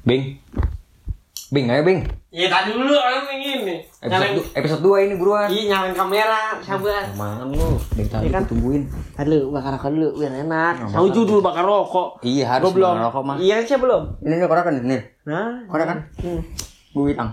Bing. Bing, ayo Bing. Iya tadi dulu orang ini. Episode 2 ini buruan. Iya nyalain kamera, sabar. Kemana lu? Dari tadi kan? tungguin. Tadi lu bakar rokok dulu biar enak. Tahu dulu bakar rokok. Iya harus bakar rokok mah. Iya saya belum. Ini korak kan nih. Nah, korak kan? Gue hitam.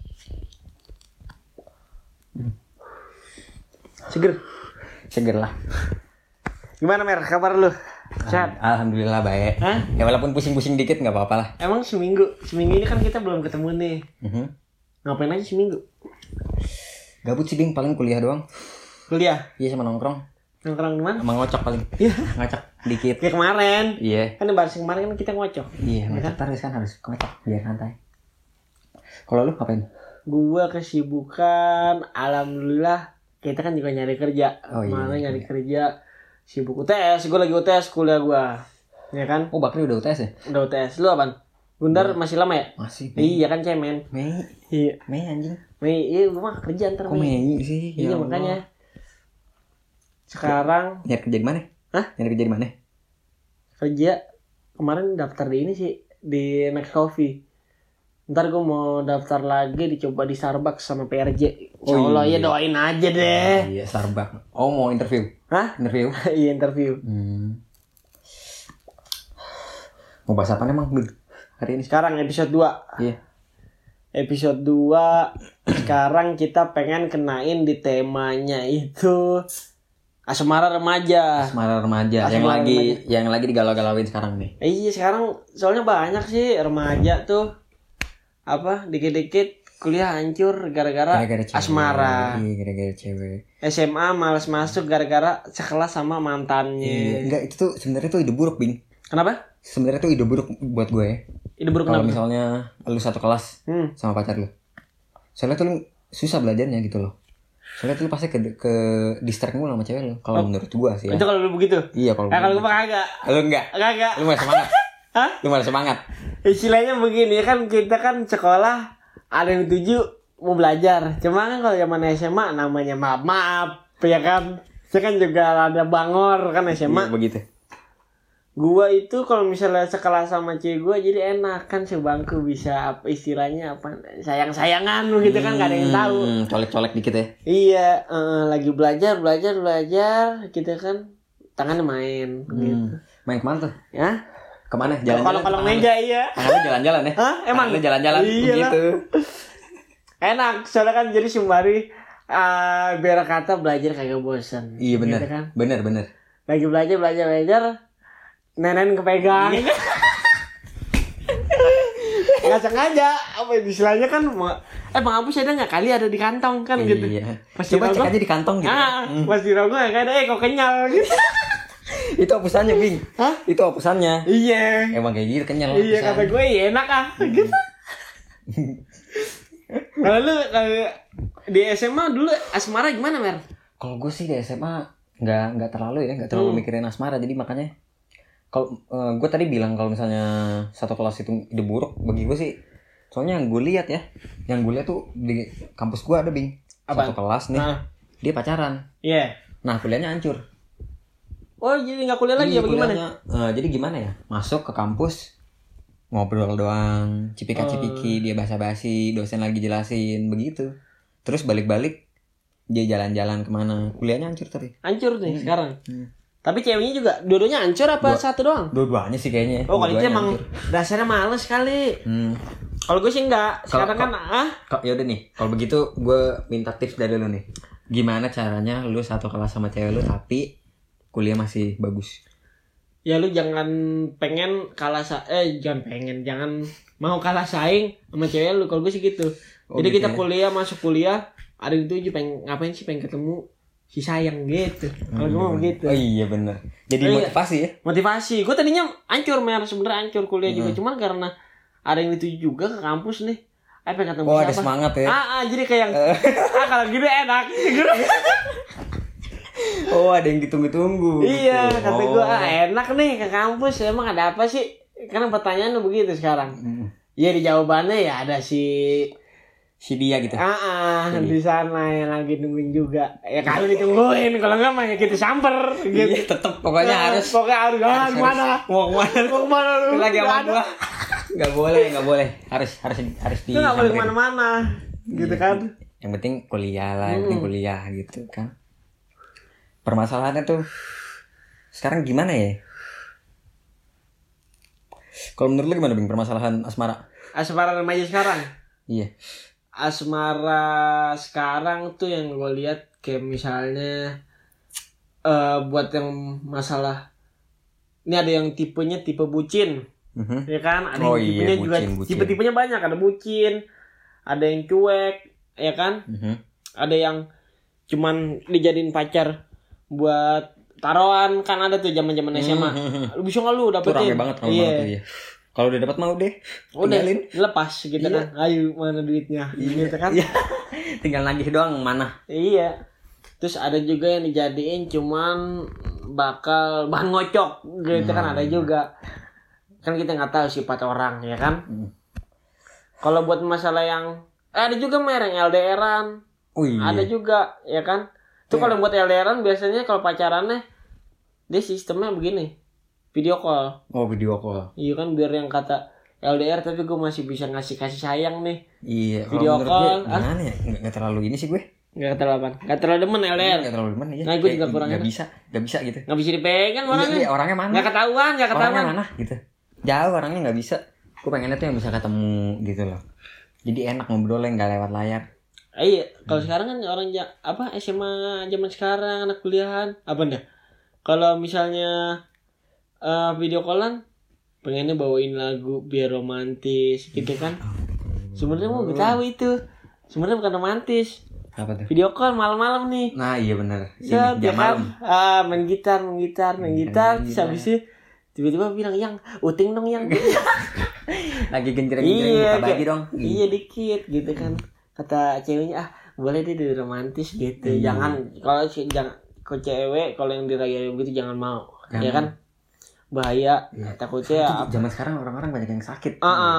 Seger lah. Gimana Mer kabar lu? Sehat? Alhamdulillah baik. Hah? Ya walaupun pusing-pusing dikit nggak apa-apa lah. Emang seminggu ini kan kita belum ketemu nih. Ngapain aja seminggu? Gabut sih Bing, paling kuliah doang. Kuliah? Iya sama nongkrong. Nongkrong di mana? Sama ngocok paling. Iya. Ngocok dikit. Kayak kemarin. Iya. Kan bahas kemarin kan kita ngocok. Iya, ngocok terus kan harus ngocok biar santai. Kalau lu ngapain? Gua kesibukan, alhamdulillah. Kita kan juga nyari kerja. Oh, iya, Mana nyari kerja? Sibuk UTS, gue lagi UTS kuliah gue. Ya kan? Oh, Bakri udah UTS ya? Udah UTS. Lu apaan? Gundar masih lama ya? Masih. Iya kan cemen. Mei. Iya. Mei anjing. Mei, iya gue mah kerja ntar Kok Mei sih? Iya makanya. Sekarang nyari kerja di mana? Hah? Nyari kerja di mana? Kerja kemarin daftar di ini sih, di Next Coffee. Ntar gue mau daftar lagi dicoba di Starbucks sama PRJ. Insyaallah ya doain aja deh. Iya, Starbucks. Oh, mau interview? Hah? Interview? Iya interview. Mau bahas apa emang hari ini? Sekarang episode 2. Iya. Episode 2. Sekarang kita pengen kenain di temanya itu asmara remaja. Asmara remaja yang lagi digalau-galauin sekarang nih. Iya sekarang soalnya banyak sih remaja tuh apa dikit-dikit kuliah hancur gara-gara asmara. Iya, gara-gara cewek. SMA malas masuk gara-gara sekelas sama mantannya. Iya, enggak itu tuh sebenarnya tuh ide buruk, Bing. Kenapa? Sebenarnya tuh ide buruk buat gue ya. Ide buruk kalau kenapa? Misalnya lu satu kelas sama pacar lu. Soalnya tuh lu susah belajarnya gitu loh. Soalnya tuh lu pasti ke distract mulu sama cewek lu. Kalau menurut gue sih ya. Itu kalau lu begitu? Iya kalau gue mah kagak. Lu enggak? Kagak. Lu malah semangat. Hah? Lu malah semangat. Istilahnya begini kan kita kan sekolah ada yang tuju mau belajar. Cuma kan kalau zaman SMA namanya maaf ya kan. Saya kan juga ada bangor kan SMA. Iya, begitu. Gua itu kalau misalnya sekelas sama cewek gua jadi enak kan sebangku bisa apa istilahnya apa sayang-sayangan gitu kan gak ada yang tahu. Colek-colek dikit ya. Iya, lagi belajar gitu kan tangannya main gitu. Main kemana tuh? Ya? Kemana? Jalan-jalan. Kalau meja iya. Tangannya jalan-jalan ya? Hah? Emang? Tangannya jalan-jalan begitu. Enak, soalnya kan jadi sembari biar kata belajar kagak bosan. Iya benar. Gitu kan? Benar. Lagi belajar. Nenen kepegang. Nggak sengaja. Apa istilahnya kan Bang Abus ada nggak kali ada di kantong kan gitu. Iya. Pasti coba cek aja di kantong gitu. Pasti rogo ya kan kok kenyal gitu. Itu opusannya, Bing. Hah? Itu opusannya. Iya. Emang kayak gitu kenyal. Iya kata gue enak gitu. Kalau lu di SMA dulu asmara gimana, Mer? Kalau gue sih di SMA nggak terlalu mikirin asmara, jadi makanya kalau gue tadi bilang kalau misalnya satu kelas itu ide buruk bagi gue sih, soalnya yang gue lihat tuh di kampus gue ada Bing. Apaan? Satu kelas nih dia pacaran. Iya. Nah kuliahnya hancur. Oh jadi nggak kuliah lagi ya bagaimana? Jadi gimana ya, masuk ke kampus ngobrol doang, cipika-cipiki, dia basa-basi, dosen lagi jelasin begitu, terus balik-balik dia jalan-jalan kemana, kuliahnya hancur tapi. Hancur nih sekarang. Tapi ceweknya juga dua-duanya hancur apa satu doang? Dua-duanya sih kayaknya. Oh kalau itu emang dasarnya males kali. Kalau gue sih enggak. Sekarang kan yaudah nih, kalau begitu gue minta tips dari lu nih. Gimana caranya lu satu kelas sama cewek lu tapi kuliah masih bagus? Ya lu jangan pengen jangan mau kalah saing sama cewek lu. Kalau gue sih gitu. Jadi gitu kita masuk kuliah ada yang tuju pengen ngapain sih, pengen ketemu si sayang gitu. Kalau gue mau gitu. Oh iya benar. Jadi motivasi ya. Motivasi. Gue tadinya sebenarnya hancur kuliah juga, cuman karena ada yang dituju juga ke kampus nih. Pengen ketemu siapa? Ada semangat ya. Jadi kayak kalau gitu enak. Oh ada yang ditunggu-tunggu. Iya gitu. Kata gue enak nih ke kampus. Emang ada apa sih? Karena pertanyaan lu begitu sekarang. Iya di jawabannya ya ada si dia gitu. Di sana yang lagi nungguin juga. Ya kalau ditungguin, kalau enggak mah ya kita samper gitu. Iya tetep pokoknya harus. Pokoknya harus gimana? Mau kemana lu? Lagi sama gua. Nggak boleh. Harus Itu nggak boleh disamperin. kemana-mana, gitu Iya, kan? Yang penting kuliah lah, yang penting kuliah gitu kan. Permasalahannya tuh sekarang gimana ya? Kalau menurut lu gimana Bing permasalahan asmara? Asmara remaja sekarang. Iya. Asmara sekarang tuh yang gue lihat kayak misalnya buat yang masalah ini ada yang tipenya tipe bucin, ya kan? Ada yang tipenya juga bucin. tipe-tipenya banyak. Ada bucin, ada yang cuek, ya kan? Ada yang cuman dijadiin pacar buat taruhan, kan ada tuh zaman-zaman SMA. Lu bisa nggak lu Itu dapetin? rame banget, iya. Kalau udah dapat mau deh. Udah Tinggalin. lepas gitu kan. Ayo mana duitnya? Gitu kan? Iya. Tinggal nagih doang mana. Iya. Terus ada juga yang dijadiin cuman bakal bahan ngocok gitu kan, ada juga. Kan kita nggak tahu sifat orang, ya kan? Kalau buat masalah yang ada juga yang LDRan. Oh iya. Ada juga, ya kan? Itu kalau buat LDRan biasanya kalau pacarannya dia sistemnya begini. Video call. Oh, video call. Iya kan, biar yang kata LDR tapi gue masih bisa ngasih kasih sayang nih. Iya, Video call. Gimana ya? Enggak terlalu ini sih gue. Gak terlalu apa? Gak terlalu demen LDR. Enggak terlalu demen ya. Nah, gue juga kurang Enggak enak. bisa gitu. Gak bisa dipegang orangnya. Iya, orangnya mana? Gak ketahuan. Orangnya mana gitu. Jauh orangnya enggak bisa. Gue pengennya tuh yang bisa ketemu gitu loh. Jadi enak ngobrolnya enggak lewat layar. Iya, kalau sekarang kan orang SMA zaman sekarang anak kuliahan apa dah? Kalau misalnya video callan pengennya bawain lagu biar romantis gitu kan. Sebenarnya mau gue tahu itu. Sebenarnya bukan romantis. Apa tuh? Video call malam-malam nih. Nah, iya benar. Set, ya kan? Main gitar. Terus gitar. habis itu tiba-tiba bilang, "Yang, uting dong yang." Lagi genjreng-genjreng buka baju dong. Iya dikit gitu kan. Kata ceweknya, boleh deh di romantis gitu. Jangan kalau cewek kalau yang dirayain begitu jangan mau. Ya kan? Bahaya. Takutnya zaman sekarang orang-orang banyak yang sakit.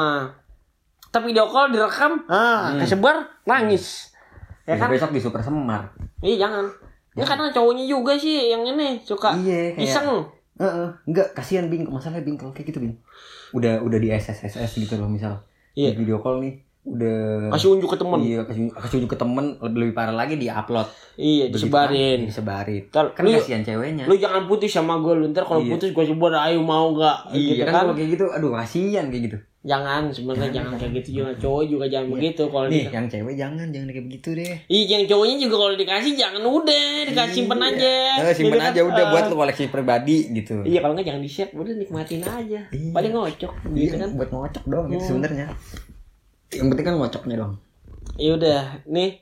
Tapi video call direkam, kesebar nangis. Ya kan? Besok di Super Semar. Iya jangan. Ya karena cowoknya juga sih yang ini suka iseng. Enggak, kasihan Bing, masalahnya Bing kalau kayak gitu Bing. Udah di SSSS gitu loh misal. Di video call nih udah kasih unjuk ke temen. Iya, kasih unjuk ke temen, lebih parah lagi di-upload. Iya, disebarin. Kan kasihan ceweknya. Lu jangan putus sama gue, lu ntar kalau putus gue sebar, ayo mau enggak? Iya gitu kan kalau kayak gitu, aduh kasihan kayak gitu. Jangan, sebenarnya jangan kayak gitu juga. Cowok juga jangan begitu kalau nih, yang cewek jangan kayak begitu deh. Iya, yang cowoknya juga kalau dikasih jangan udah, dikasih simpen aja. Simpen aja udah buat lu koleksi pribadi gitu. Iya, kalau enggak jangan di-share, udah nikmatin aja. Paling ngocok gitu kan. Buat ngocok doang gitu sebenarnya. Yang penting kan ngocoknya dong. Ya udah, nih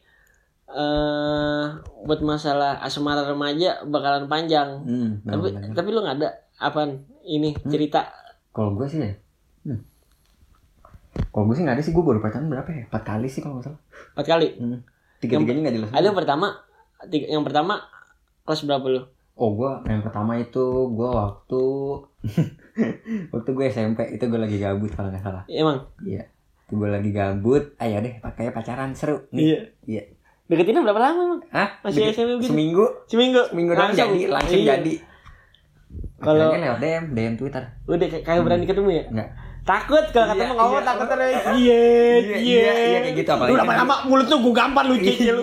buat masalah asmara remaja bakalan panjang. Tapi lu nggak ada apaan ini cerita? Kalau gue sih ya. Kalau gue sih nggak ada sih, gue baru pacaran berapa ya? 4 kali sih kalau nggak salah. 4 kali. 3-3-nya nggak jelas. Ada yang pertama kelas berapa lu? Oh, gue yang pertama itu gue waktu gue SMP itu gue lagi gabut kalau nggak salah. Emang? Iya. Itu gue lagi gabut, ayo deh pakai pacaran seru. Nih. Iya. Deketinnya berapa lama emang? Hah? Masih SMP begitu? Seminggu doang langsung jadi. Kalau lewat DM Twitter. Udah kayak berani ketemu ya? Enggak. Takut kalau ketemu ngomong takut terus. Iya kayak gitu apalagi. Lu lama-lama mulut tuh gue gampar lu cicil lu.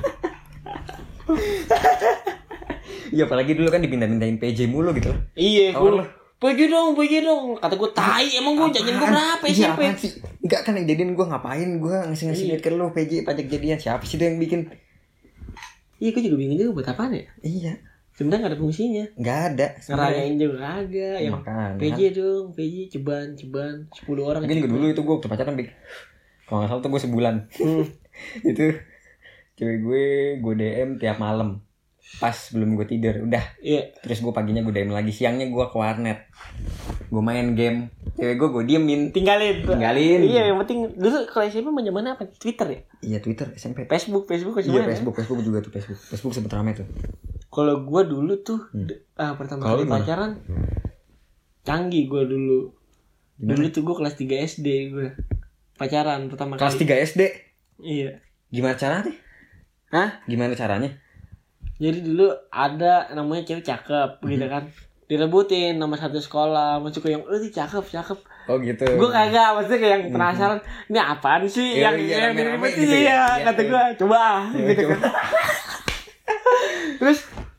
Iya apalagi dulu kan dipindah-pindahin PJ mulu gitu. Iya, PJ dong. Kata gue tai, emang gue jajan gue berapa SMP? Enggak kan yang jadiin gue ngapain gue ngasih duit ke lu PJ pajak jadian siapa sih itu yang bikin? Iya, gue juga bingung juga buat apaan ya? Iya. Sebenarnya nggak ada fungsinya. Nggak ada. Ngerayain juga kagak. Yang PJ dong, PJ ceban 10 orang. Mungkin juga dulu itu gue waktu pacaran kalau nggak salah tuh gue sebulan. Itu cewek gue DM tiap malam. Pas belum gue tidur udah. Iya. Terus gue paginya gue DM lagi, siangnya gue ke warnet. Gue main game. Cewek gue diemin. Tinggalin. Iya, yang penting dulu kalau SMP zamannya apa? Twitter ya? Iya, Twitter, SMP. Facebook iya, Facebook juga tuh Facebook sempet rame tuh. Kalau gue dulu tuh pertama kali pacaran canggih gue dulu. Gimana? Dulu tuh gue kelas 3 SD gue pacaran pertama kelas kali. Kelas 3 SD? Iya. Gimana caranya? Gimana caranya? Jadi dulu ada namanya cewek cakep gitu kan. Direbutin nomor 1 sekolah, masuk ke yang cakep. Oh gitu. Gue kagak, maksudnya kayak yang penasaran, ini apaan sih Iya, yang rame-rame ribet gitu ini ya. ya, kata Iya. gue, coba gitu coba. kan. Terus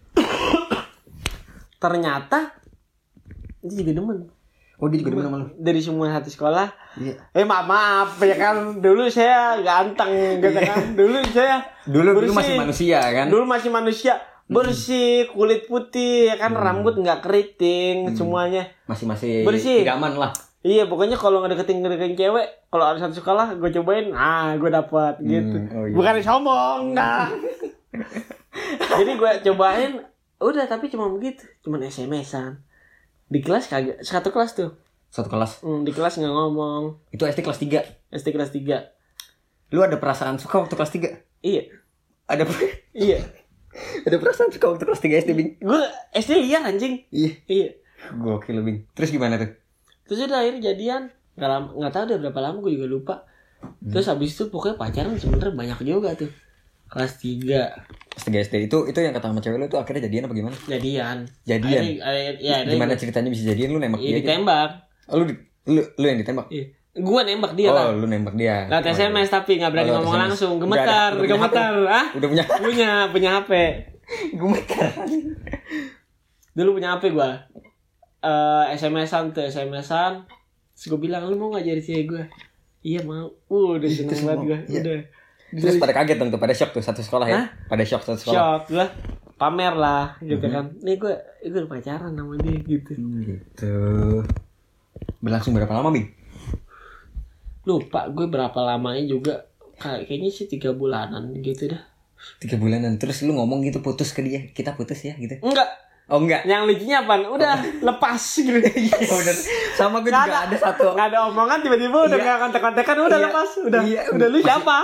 ternyata dia juga demen. Oh dia juga demen sama lu. Dari semua satu sekolah. Iya. Maaf ya kan, dulu saya ganteng gitu kan. Dulu saya Dulu bersih. masih manusia kan. Dulu masih manusia, bersih, kulit putih ya kan, rambut nggak keriting, semuanya. Masih Bersih. idaman lah. Iya, pokoknya kalau ngedeketin cewek, kalau ada satu sekolah gue cobain, gue dapat gitu. Oh iya. Bukan sombong, enggak. Jadi gue cobain, udah tapi cuma begitu, cuman SMS-an. Di kelas kagak, satu kelas tuh. Satu kelas. Di kelas nggak ngomong. Itu SD kelas 3. SD kelas 3. Lu ada perasaan suka waktu kelas 3? Iya. Ada Iya. ada perasaan suka waktu kelas 3 SD, Bing? Gue SD liar anjing. Iya. Iya. Gokil, Bing. Terus gimana tuh? Terus udah akhirnya jadian. Nggak tahu udah berapa lama, gue juga lupa. Terus habis itu pokoknya pacaran sebenernya banyak juga tuh. Kelas 3. Kelas 3 SD itu yang kata sama cewek lu tuh akhirnya jadian apa gimana? Jadian. Jadian. Gimana ceritanya bisa jadian? Lu nembak Iya, dia? ditembak. Oh, lu yang ditembak? Iya. Gue nembak dia Oh, lah. lu nembak dia. Lewat SMS tapi nggak berani Oh, ngomong SMS. langsung. Udah ada- udah punya Gemetar. Ah? Udah punya Punya HP. gemetar. Dulu punya HP gue. SMS-an. Terus gue bilang, lu mau gak jadi cewek gue? Iya mau. Udah seneng banget gue. Iya. Udah. Terus pada kaget dong tuh, pada shock tuh satu sekolah ya. Hah? Pada shock satu sekolah. Shock gue. Pamer lah gitu kan. Nih gue udah pacaran sama dia gitu. Gitu. Berlangsung berapa lama, Bing? Lupa gue berapa lamanya juga. Kayaknya sih 3 bulanan gitu dah. 3 bulanan. Terus lu ngomong gitu putus ke dia. Kita putus ya gitu. Enggak. Oh enggak. Yang lucunya apaan? Udah lepas gitu. Iya bener. Sama gue Nggak juga ada satu. Nggak ada omongan, tiba-tiba udah Iya. nggak kontek-kontekan, udah Iya. lepas. Udah. Iya. Udah lu siapa?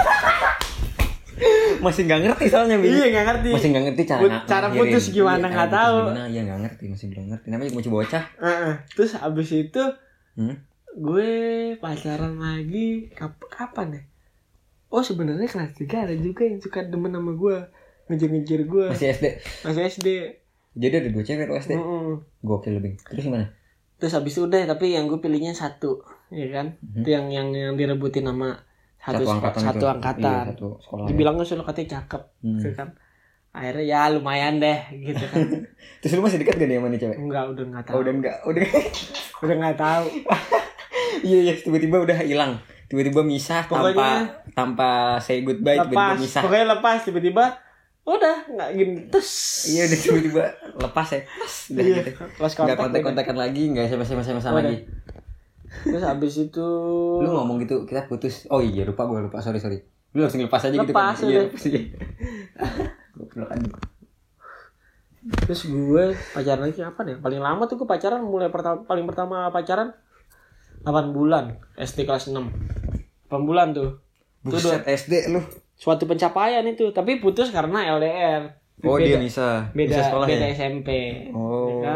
Masih nggak ngerti soalnya, Bing. Iya, nggak ngerti. Masih nggak ngerti Cara putus gimana, nggak tahu. Gimana? Iya nggak ngerti, masih belum ngerti. Namanya juga masih bocah. Terus abis itu Hmm? gue pacaran lagi kapan ya? Oh sebenarnya kelas 3 ada juga yang suka demen sama gue, ngejar-ngejar gue. Masih SD. Masih SD. Jadi ada 2 cewek lu SD. Gokil, Bing. Terus gimana? Terus abis itu udah, tapi yang gue pilihnya satu, ya kan? Itu yang direbutin sama satu angkatan. Iya, satu sekolah. Dibilangnya sih katanya cakep, gitu kan? Akhirnya ya lumayan deh, gitu kan? Terus lu masih dekat gak nih sama nih cewek? Enggak, udah nggak tahu. Oh, udah enggak. Udah nggak tahu. Iya, tiba-tiba udah hilang. Tiba-tiba misah tanpa say goodbye, tiba-tiba Lepas, misah. pokoknya lepas tiba-tiba. Udah nggak gini terus. Iya, udah tiba-tiba lepas ya. Udah Iya, gitu. lost Enggak contact kontak-kontakan lagi, enggak SMS lagi. Terus abis itu Lu ngomong gitu, kita putus. Oh iya, lupa, sorry. Lu langsung lepas aja gitu kan. Lepas, Iya, udah. lepas aja. Goblok kan. terus gue pacaran lagi apa nih? Paling lama tuh gue pacaran paling pertama pacaran 8 bulan SD kelas 6. 8 bulan tuh. Buset, SD lu. Suatu pencapaian itu, tapi putus karena LDR. Oh, dia bisa sekolah beda ya? SMP. Oh. Ya kan?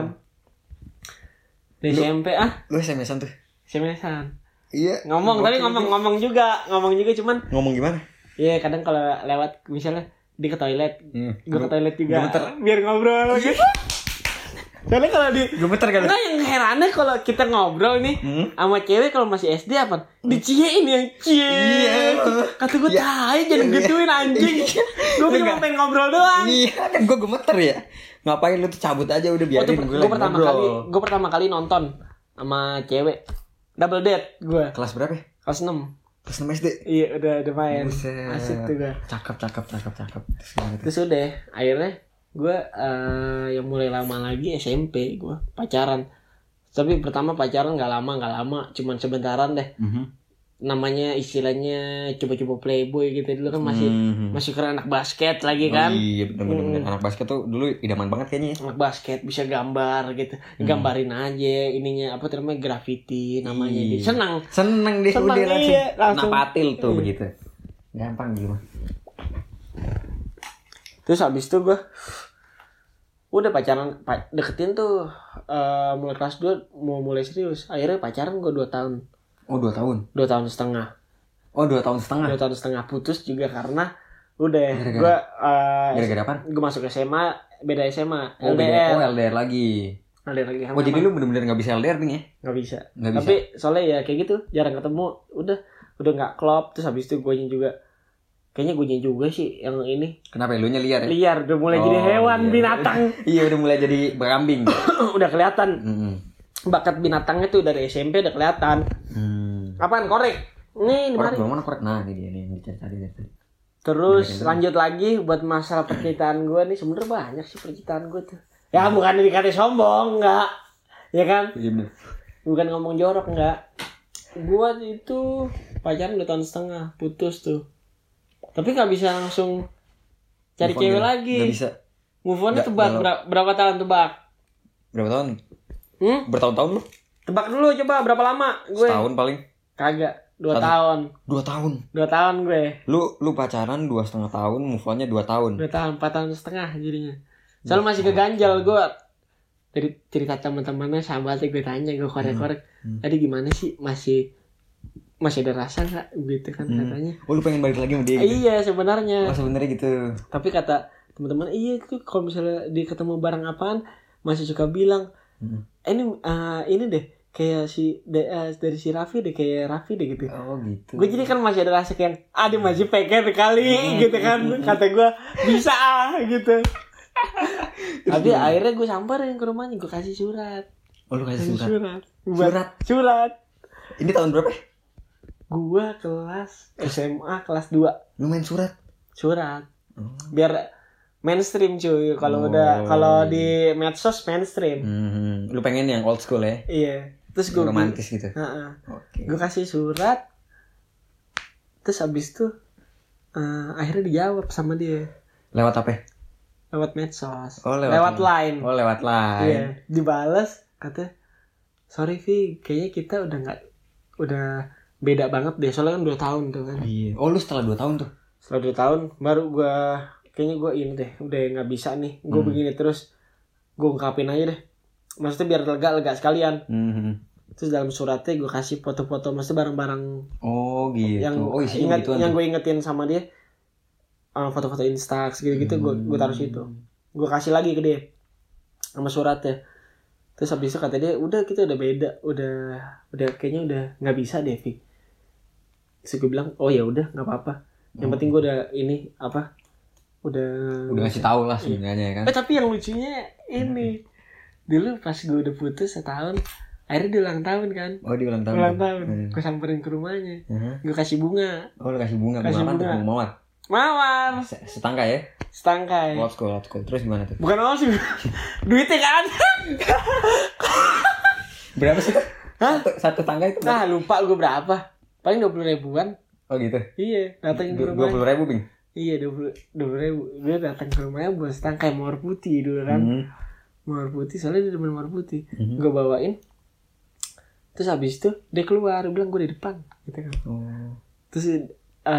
Di SMP Lu SMS-an tuh. SMS-an. Iya. Ngomong tadi ngomong juga cuman Ngomong gimana? ya kadang kalau lewat misalnya dia ke toilet, gue ke toilet juga Gemeter. biar ngobrol gitu. Soalnya kalau Gemeter kan? enggak, yang herannya kalau kita ngobrol nih sama cewek kalau masih SD apa? Diciein yang cie. Iya. Kata gue tai jangan gituin anjing. Gue cuma pengen ngobrol doang. Iya, kan gue gemeter ya. Ngapain lu tuh cabut aja udah biarin gue lagi ngobrol. Gue pertama kali nonton sama cewek double date gue. Kelas berapa ya? Kelas 6. Kelas 6 SD. Iya udah main. Buset. Asik tuh gue. Cakep. Terus gimana tuh? Terus udah akhirnya gue yang mulai lama lagi SMP gue pacaran. Tapi pertama pacaran nggak lama, cuman sebentaran deh. Namanya istilahnya coba-coba playboy gitu, dulu kan masih keren, anak basket lagi kan. Oh, iya bener. Anak basket tuh dulu idaman banget kayaknya ya. Anak basket bisa gambar gitu, gambarin aja ininya apa namanya graffiti namanya. Dia senang deh Senang, udah iya, langsung. napatil tuh begitu. Gampang gitu mah. Terus habis itu gue udah pacaran deketin tuh mulai kelas 2 mau mulai serius. Akhirnya pacaran gue 2 tahun. Oh 2 tahun. 2 tahun setengah. Oh 2 tahun setengah. 2 tahun setengah putus juga karena udah Gara-gara? gue Gara-gara apa? gue masuk SMA beda SMA Oh, LDR. LDR lagi. LDR lagi. Oh jadi lu bener-bener nggak bisa LDR Bing ya? Nggak bisa. Nggak bisa. Tapi soalnya ya kayak gitu, jarang ketemu. Udah nggak klop. Terus habis itu guanya juga, kayaknya guanya juga sih yang ini. Kenapa lu nya liar ya? Liar, udah mulai jadi hewan, iya. binatang. Iya udah mulai jadi berambing. Udah kelihatan. Bakat binatangnya tuh dari SMP udah kelihatan. Apaan korek? Nih di Korek mari. mana korek? Nah ini dia nih yang dicari tadi. Terus lanjut lagi buat masalah percintaan gue nih, sebenernya banyak sih percintaan gue tuh. Ya bukan dikata sombong, enggak. Ya kan? Iya bener. Bukan ngomong jorok, enggak. Gue itu pacaran 2 tahun setengah, putus tuh. Tapi gak bisa langsung cari cewek lagi. Gak bisa. Move on-nya tebak, berapa tahun tebak? Berapa tahun? Bertahun-tahun lu? Tebak dulu coba berapa lama gue? Setahun paling. Kagak, 2 tahun. 2 tahun. 2 tahun gue. Lu pacaran 2,5 tahun, move on-nya 2 tahun. 2 tahun, 4 tahun setengah jadinya. Soalnya masih keganjal gue. Dari cerita teman-temannya, sahabatnya gue tanya, gue korek-korek. Tadi gimana sih? Masih ada rasa nggak gitu kan katanya? Oh lu pengen balik lagi sama dia? Gitu? Iya sebenarnya. Oh sebenarnya gitu. Tapi kata teman-teman, iya tuh kalau misalnya dia ketemu barang apaan masih suka bilang, ini deh kayak dari si Raffi deh, kayak Raffi deh gitu. Oh gitu. Gue jadi kan masih ada rasa kayak dia masih pengen kali gitu kan. Kata gue bisa gitu. Tapi akhirnya gue samperin ke rumahnya, gue kasih surat. Oh lu kasih surat? Surat. Ini tahun berapa? Gue kelas SMA kelas 2. Lu main surat? Surat. Biar mainstream cuy. Kalau di medsos mainstream. Lu pengen yang old school ya? Iya. Terus gue romantis gitu. Okay. Gue kasih surat. Terus abis itu akhirnya dijawab sama dia. Lewat apa? Lewat medsos. Oh, lewat line. Oh lewat line. Iya. Dibales kata, sorry Vi, kayaknya kita udah beda banget deh. Soalnya kan 2 tahun tuh kan. Iya. Oh lu setelah 2 tahun tuh? Setelah 2 tahun baru gue kayaknya gue ini deh, udah nggak bisa nih. Gue begini terus, gue ungkapin aja deh. Maksudnya biar lega sekalian. Terus dalam suratnya gue kasih foto-foto, maksudnya barang-barang. Oh gitu. Yang gue ingetin sama dia, foto-foto Instax gitu-gitu gue taruh situ. Gue kasih lagi ke dia sama suratnya. Terus habis itu kata dia, udah kita udah beda, udah kayaknya udah nggak bisa deh Vi. Terus gue bilang, oh ya udah nggak apa-apa. Yang penting gue udah ini apa? Udah ngasih tahu lah sebenarnya kan. Tapi yang lucunya ini, dulu pas gue udah putus setahun, akhirnya dia ulang tahun kan. Oh dia ulang tahun. Gue samperin ke rumahnya. Gue kasih bunga. Oh lu kasih bunga. Bunga apa? Bunga mawar. Setangkai ya? Setangkai. Old school. Terus gimana tuh? Bukan old sih. Duitnya kan. Berapa sih? Satu tangkai itu? Nah lupa gue berapa. Paling 20 ribuan. Oh gitu? Iya. Datang ke rumahnya. 20 ribu Bing? Iya 20 ribu. Dia datang ke rumahnya buat setangkai mawar putih dulu kan. Mawar putih. Soalnya dia demen mawar putih. Gue bawain. Terus habis itu dia keluar. Dia bilang gue di depan. Gitu kan. Terus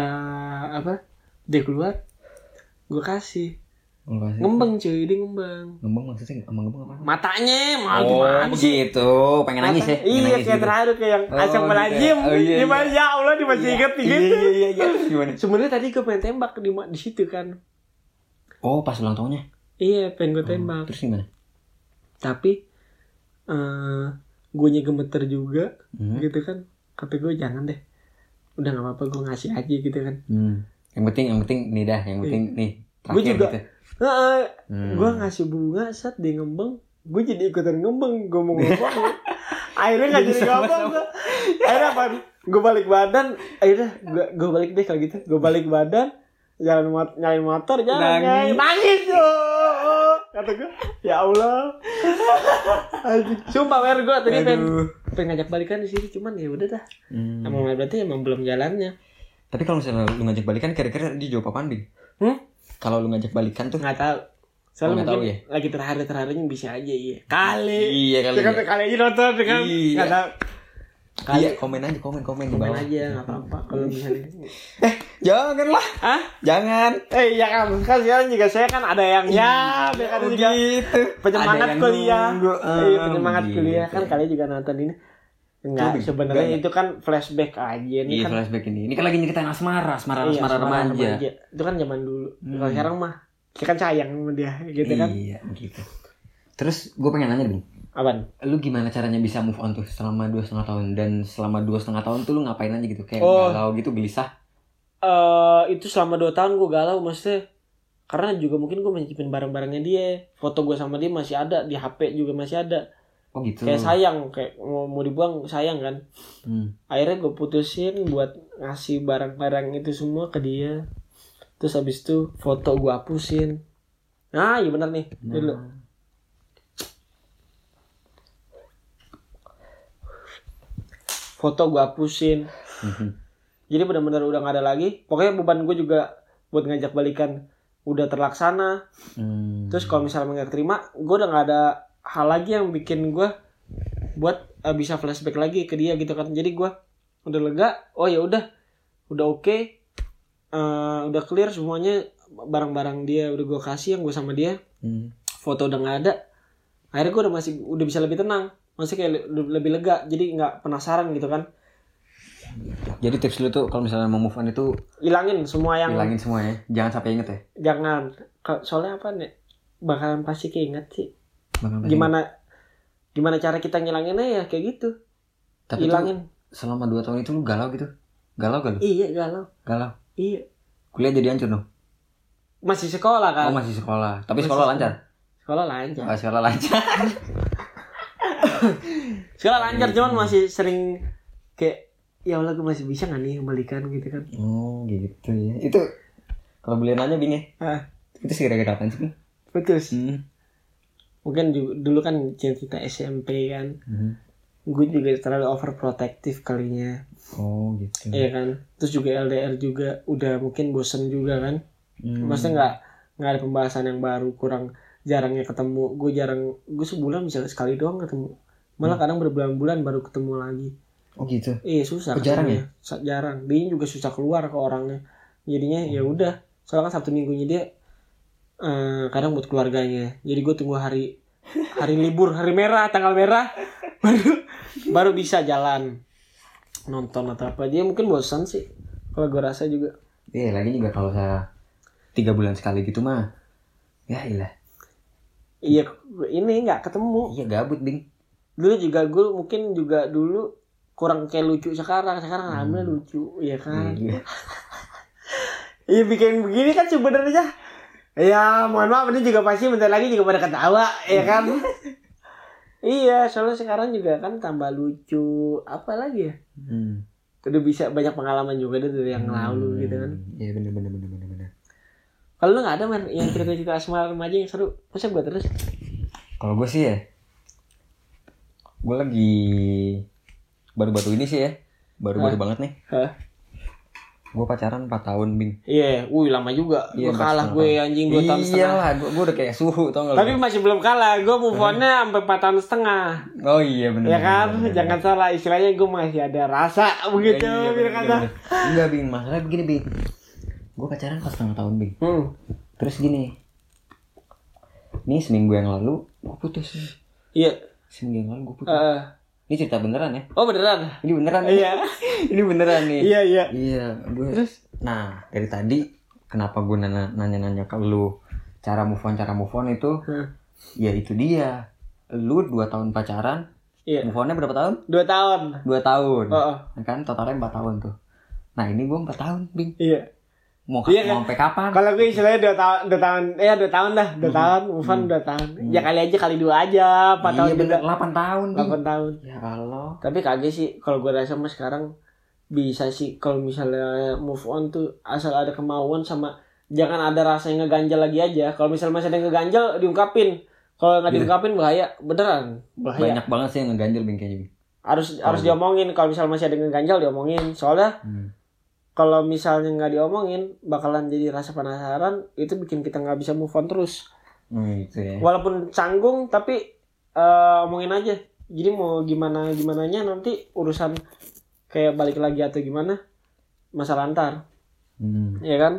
dia keluar, gue kasih. Ngembang cuy, dia ngembang. Ngembang maksudnya ngembang apa? Matanya, gimana sih? Begitu, pengen nangis ya? Iya, kayak terharu kayak yang asam melajim. Gimana ya Allah, dia masih inget gitu. Iya. Gimana? Sebenarnya tadi gue pengen tembak di situ kan. Oh, pas ulang tahunnya? Iya, pengen gue tembak. Terus gimana? Tapi, gue gemeter juga, gitu kan. Kata gue jangan deh. Udah gak apa-apa, gue ngasih aja gitu kan. Yang penting nih dah, yang penting nih. Gue juga gitu. Gue ngasih bunga saat dia ngembang, gue jadi ikutan ngembang. Gue mau ngembang. Akhirnya gak jadi ngembang. Akhirnya apa? Gue balik badan. Akhirnya gue balik deh kalau gitu. Gue balik badan, nyalain motor, jalan nangis tuh. Kata gue, ya Allah. Sumpah gue tadi pengen ngajak balikan di sini, cuman ya udah dah. Emang berarti emang belum jalannya. Tapi kalau misalnya lu ngajak balikan, kira-kira dia jawab apaan Bing? Kalau lu ngajak balikan tuh? Nggak tahu. Soalnya mungkin ya? Lagi terharu-terharunya bisa aja iya. Kali aja nonton kan. Nggak tahu. Iya, komen aja di bawah. Komen aja, nggak apa-apa. Kalau misalnya. Janganlah. Hah? Jangan. Iya kan sekarang juga saya kan ada yang kan juga gitu. Penyemangat kuliah. Iya, penyemangat kuliah kan kalian juga nonton ini. Enggak, sebenarnya itu kan flashback aja nih kan. Iya, flashback ini. Ini kan lagi nyeritain asmara remaja. Itu kan zaman dulu. Kalau sekarang mah kita kan sayang sama dia gitu kan. Iya, gitu. Terus gue pengen nanya Bing, Apaan? lu gimana caranya bisa move on tuh selama 2,5 tahun, dan selama 2,5 tahun tuh lu ngapain aja gitu, kayak Oh. galau gitu, gelisah? Itu selama 2 tahun gue galau maksudnya. Karena juga mungkin gue menyimpan barang-barangnya dia. Foto gue sama dia masih ada, di HP juga masih ada. Oh gitu. Kayak sayang, kayak mau dibuang sayang kan. Akhirnya gue putusin buat ngasih barang-barang itu semua ke dia. Terus habis itu foto gue hapusin. Nah iya bener nih. Dulu. Foto gue hapusin. Jadi benar-benar udah gak ada lagi. Pokoknya beban gue juga buat ngajak balikan udah terlaksana. Terus kalau misalnya nggak terima, gue udah nggak ada hal lagi yang bikin gue buat bisa flashback lagi ke dia gitu kan. Jadi gue udah lega. Oh ya udah oke. Udah clear semuanya, barang-barang dia udah gue kasih yang gue sama dia. Foto udah nggak ada. Akhirnya gue udah bisa lebih tenang. Maksudnya kayak lebih lega. Jadi nggak penasaran gitu kan. Jadi tips lu tuh kalau misalnya mau move on itu Hilangin semua yang semuanya, jangan sampai inget ya. Jangan. Soalnya apa nih? Bakalan pasti keinget sih. Bakal pasti Gimana cara kita ngilanginnya ya kayak gitu. Tapi Hilangin. Selama 2 tahun itu lu galau gitu? Galau gak lu? Iya galau. Iya. Kuliah jadi hancur dong? Masih sekolah kan? Oh masih sekolah. Tapi sekolah lancar? Sekolah lancar. Oh, sekolah lancar. Sekolah lancar cuman masih sering kayak ya Allah gue masih bisa gak nih kembalikan gitu kan. Oh gitu ya. Itu kalau boleh nanya Bing ya, itu sih kira-kira kapan sih Bing? Betul. Mungkin dulu kan cerita SMP kan. Gue juga terlalu overprotective kalinya. Oh gitu. Iya kan. Terus juga LDR juga udah mungkin bosen juga kan. Maksudnya nggak ada pembahasan yang baru, kurang jarangnya ketemu. Gue sebulan bisa sekali doang ketemu. Malah kadang berbulan-bulan baru ketemu lagi. Oh gitu. Iya susah. Jarang ya? Jarang. Dia juga susah keluar ke orangnya. Jadinya ya udah. Soalnya kan Sabtu Minggunya dia kadang buat keluarganya. Jadi gue tunggu hari libur, hari merah, tanggal merah baru bisa jalan nonton atau apa. Dia mungkin bosan sih. Kalau gue rasa juga. Iya lagi juga kalau saya 3 bulan sekali gitu mah. Ya ilah. Iya ini nggak ketemu. Iya gabut Bing. Dulu juga gue mungkin juga dulu kurang kayak lucu sekarang alhamdulillah lucu ya kan. Iya bikin begini kan sebenarnya ya mohon maaf ini juga pasti bentar lagi juga pada ketawa ya kan. Iya soalnya sekarang juga kan tambah lucu apa lagi ya. Udah bisa banyak pengalaman juga dari yang lalu gitu kan. Iya bener. Kalau lu nggak ada man yang cerita-cerita asmara remaja yang seru, masa buat terus? Kalau gue sih ya, gue lagi baru-baru ini sih ya, baru banget nih. Gue pacaran 4 tahun Bing. Iya, lama juga. Iya, Gue kalah gue anjing 2 tahun setengah. Iyalah, gue udah kayak suhu tau gak. Tapi masih belum kalah, gue move on-nya sampai 4 tahun setengah. Oh iya bener. Ya kan, jangan salah istilahnya gue masih ada rasa begitu. Iya, Biar kata. Enggak Bing, masalahnya begini Bing. Gue pacaran 4,5 tahun Bing. Terus gini, nih seminggu yang lalu gue putus. Iya. Seminggu yang lalu gue putus. Ini cerita beneran ya? Oh beneran? Ini beneran nih. Iya. Ini beneran nih. Iya. Iya. Terus? Nah dari tadi kenapa gue nanya-nanya ke lu cara move on itu? Ya itu dia. Lu 2 tahun pacaran. Iya. Move onnya berapa tahun? 2 tahun. 2 tahun. Kan totalnya 4 tahun tuh. Nah ini gue 4 tahun Bing. Iya. Mau Iya, sampai kapan? Kalau gue istilahnya 2 tahun. 2 tahun dah. 2 tahun. Move on 2 tahun. Ya kali 2 aja. 4 tahun bener, juga. 8 tahun. 8 tahun. Ya Allah. Tapi kaget sih. Kalau gue rasa mas sekarang bisa sih. Kalau misalnya move on tuh asal ada kemauan sama jangan ada rasa yang ngeganjal lagi aja. Kalau misalnya masih ada yang ngeganjal diungkapin. Kalau nggak diungkapin bahaya. Beneran. Bahaya. Banyak banget sih yang ngeganjel Bing kayaknya. Harus diomongin. Kalau misalnya masih ada yang ngeganjal diomongin. Soalnya kalau misalnya nggak diomongin bakalan jadi rasa penasaran, itu bikin kita nggak bisa move on terus. Gitu ya. Walaupun canggung tapi omongin aja. Jadi mau gimananya nanti urusan kayak balik lagi atau gimana masalah antar. Iya kan?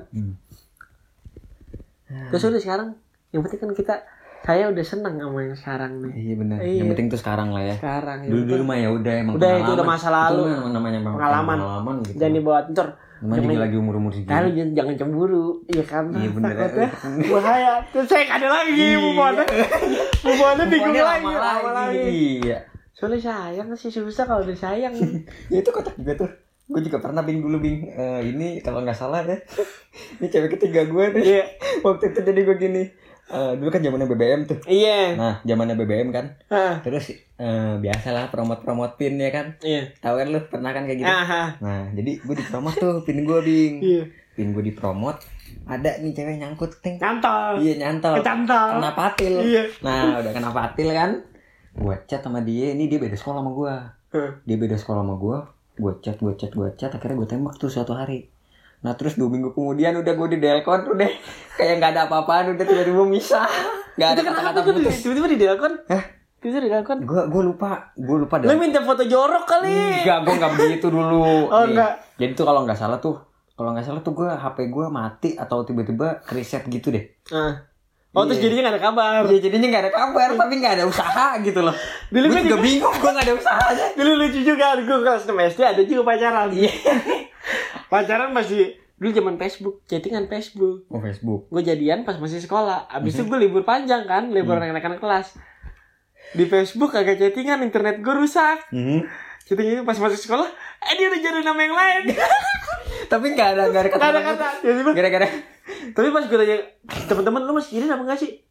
Terus udah sekarang yang penting kan saya udah senang sama yang sekarang nih. Iya benar. Yang penting tuh sekarang lah ya. Sekarang. Dulu mah ya udah emang udah itu udah masa lalu. Itu namanya pengalaman gitu. Jangan dibawa ntar Namanya juga lagi umur-umur segitu. Lalu jangan cemburu, iya kan? Iya bener. Takutnya bahaya. Terus saya ada lagi, bubuannya bingung lagi. Iya. Soalnya sayang sih susah kalau udah sayang. Ya itu kotak juga tuh. Gue juga pernah Bing dulu Bing. Ini kalau nggak salah ya. Ini cewek ketiga gue nih. Iya. Waktu itu jadi gue gini. Dulu kan zamannya BBM tuh. Iya. Nah, zamannya BBM kan. Terus biasalah promote pin ya kan. Iya. Tahu kan lu pernah kan kayak gitu. Nah, jadi gue dipromot tuh pin gue Bing. Iya. Pin gue dipromot. Ada nih cewek nyangkut ting. Nyantol. Iya nyantol. Kecantol. Kena patil. Iya. Nah, udah kena patil kan. Gue chat sama dia. Ini dia beda sekolah sama gue. Dia beda sekolah sama gue. Gue chat. Akhirnya gue tembak tuh suatu hari. Nah terus 2 minggu kemudian udah gue di delkon udah kayak nggak ada apa-apaan, udah tiba-tiba misah, nggak ada kata-kata putus. Tiba-tiba di delkon? Hah? Tiba-tiba di delkon? Gue lupa dah. Lu minta foto jorok kali? Enggak, gue nggak begitu dulu. Oh enggak. Jadi tuh kalau nggak salah tuh gue HP gue mati atau tiba-tiba reset gitu deh. Oh terus jadinya nggak ada kabar? Iya jadinya nggak ada kabar, tapi nggak ada usaha gitu loh. Dulu gue juga bingung, gue nggak ada usahanya. Dulu lucu juga, gue kelas 6 SD ada juga pacaran. Iya. Pacaran masih dulu zaman Facebook, chattingan Facebook. Oh Facebook. Gue jadian pas masih sekolah. Abis itu gue libur panjang kan, libur anak-anak kelas. Di Facebook agak chattingan, internet gue rusak. Chattingan pas masuk sekolah, dia udah jadi nama yang lain. Tapi nggak ada kata-kata. Gara-gara. Tapi pas gue tanya teman-teman, lu masih jadi apa enggak sih?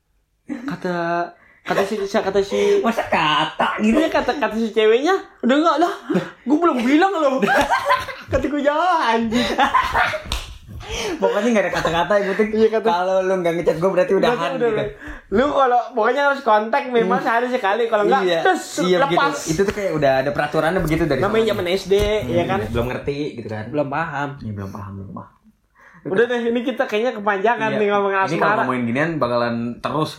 Kata si masa kata gitu ya, kata si ceweknya udah enggak lah, gue belum bilang loh. Kata gue jangan anjing. Pokoknya nggak ada kata-kata yang penting. Iya, kalau lu nggak ngechat gue berarti udahan gitu. Lu kalau pokoknya harus kontak minimal sehari sekali, kalau enggak terus lepas. Begitu. Itu tuh kayak udah ada peraturannya begitu dari namanya zaman SD ya kan. Belum ngerti gitu kan. Belum paham. Iya belum paham. Udah deh, ini kita kayaknya kepanjangan nih ngomongin asmara. Ini kalau ngomongin ginian bakalan terus.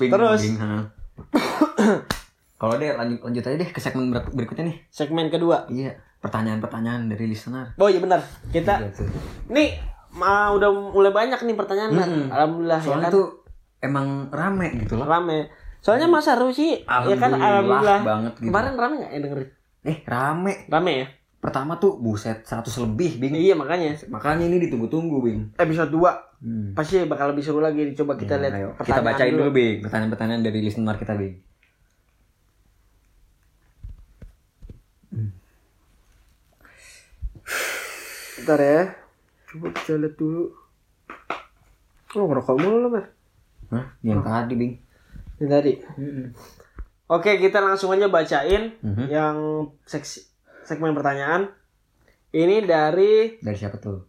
Kalau deh lanjut aja deh ke segmen berikutnya nih. Segmen kedua. Iya, pertanyaan-pertanyaan dari listener. Oh iya benar. Kita nih udah mulai banyak nih pertanyaan. Alhamdulillah. Soalnya ya kan? tuh emang rame gitu loh. Rame. Soalnya masa seru sih. Ya kan alhamdulillah banget gitu. Kemarin rame enggak yang dengerin? Rame. Rame ya? Pertama tuh buset 100 lebih Bing. Iya makanya ini ditunggu-tunggu Bing. Episode 2 pasti bakal lebih seru lagi. Coba kita lihat ayo. Kita bacain dulu Bing pertanyaan-pertanyaan dari listener kita Bing. Bentar ya. Coba kita lihat dulu. Oh ngerokok mulu lo Mer. Hah? Yang tadi Bing. Yang tadi. Oke kita langsung aja bacain yang segmen pertanyaan. Ini dari siapa tuh?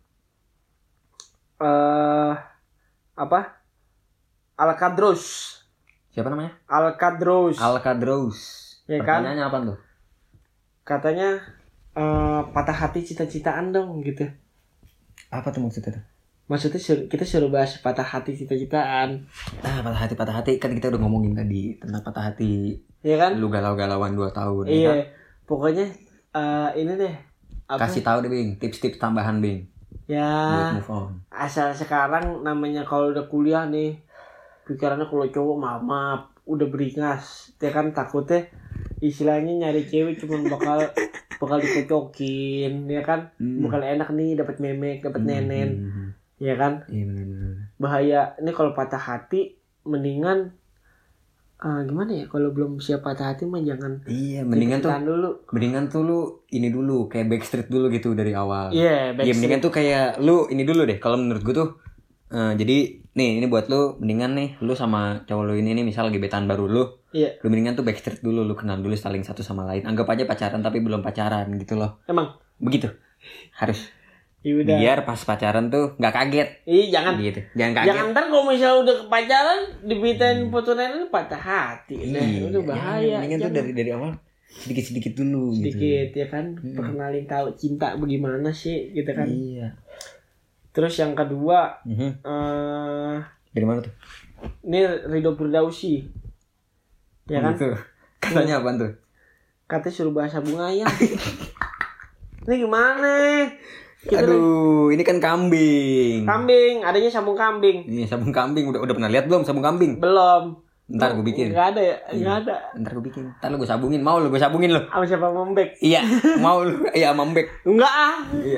Alcadros. Siapa namanya? Alcadros. Ya kan? Pertanyaannya apa tuh? Katanya patah hati cita-citaan dong gitu. Apa tuh maksudnya tuh? Maksudnya kita suruh bahas patah hati cita-citaan. Patah hati kan kita udah ngomongin tadi tentang patah hati. Iya kan? Lu galau-galauan 2 tahun. Iya. Ya kan? Pokoknya ini deh. Kasih tahu deh Bing, tips-tips tambahan Bing. Ya. Buat move on. Asal sekarang namanya kalau udah kuliah nih, pikirannya kalau cowok maaf udah beringas. Ya kan takutnya istilahnya nyari cewek cuman bakal dikocokin, ya kan? Bakal enak nih dapat memek, dapat nenen. Ya kan? Iya benar. Bahaya. Ini kalau patah hati mendingan gimana ya, kalau belum siap patah hati mah jangan. Iya, mendingan tuh lu ini dulu kayak backstreet dulu gitu dari awal. Iya, yeah, mendingan tuh kayak lu ini dulu deh kalau menurut gue tuh. Jadi nih ini buat lu mendingan nih lu sama cowok lu ini nih misal gebetan baru lu. Iya. Lu mendingan tuh backstreet dulu, lu kenal dulu saling satu sama lain. Anggap aja pacaran tapi belum pacaran gitu loh. Emang begitu. Harus. Yaudah. Biar pas pacaran tuh nggak kaget. Jangan gitu. Jangan kaget. Jangan ntar kalau misalnya udah pacaran dibitain foto nenek patah hati. Udah bahaya. Mendingan tuh dari awal sedikit dulu. Sedikit gitu. Ya kan. Perkenalin tahu cinta bagaimana sih gitu kan. Iya. Terus yang kedua dari mana tuh? Ini Ridho Firdausi. Ya kan? Gitu. Katanya apaan tuh? Katanya suruh bahasa bunga ya. Ini gimana? Ini kan kambing. Adanya sabung kambing. Ini sabung kambing udah pernah lihat belum sabung kambing? Belum. Ntar gue bikin. Enggak ada ya? Enggak ada. Ntar gue bikin. Ntar lu gue sabungin. Mau lu gue sabungin lu? Sama siapa Membek? Iya, mau lu. Iya, Membek. Enggak ah. Iya.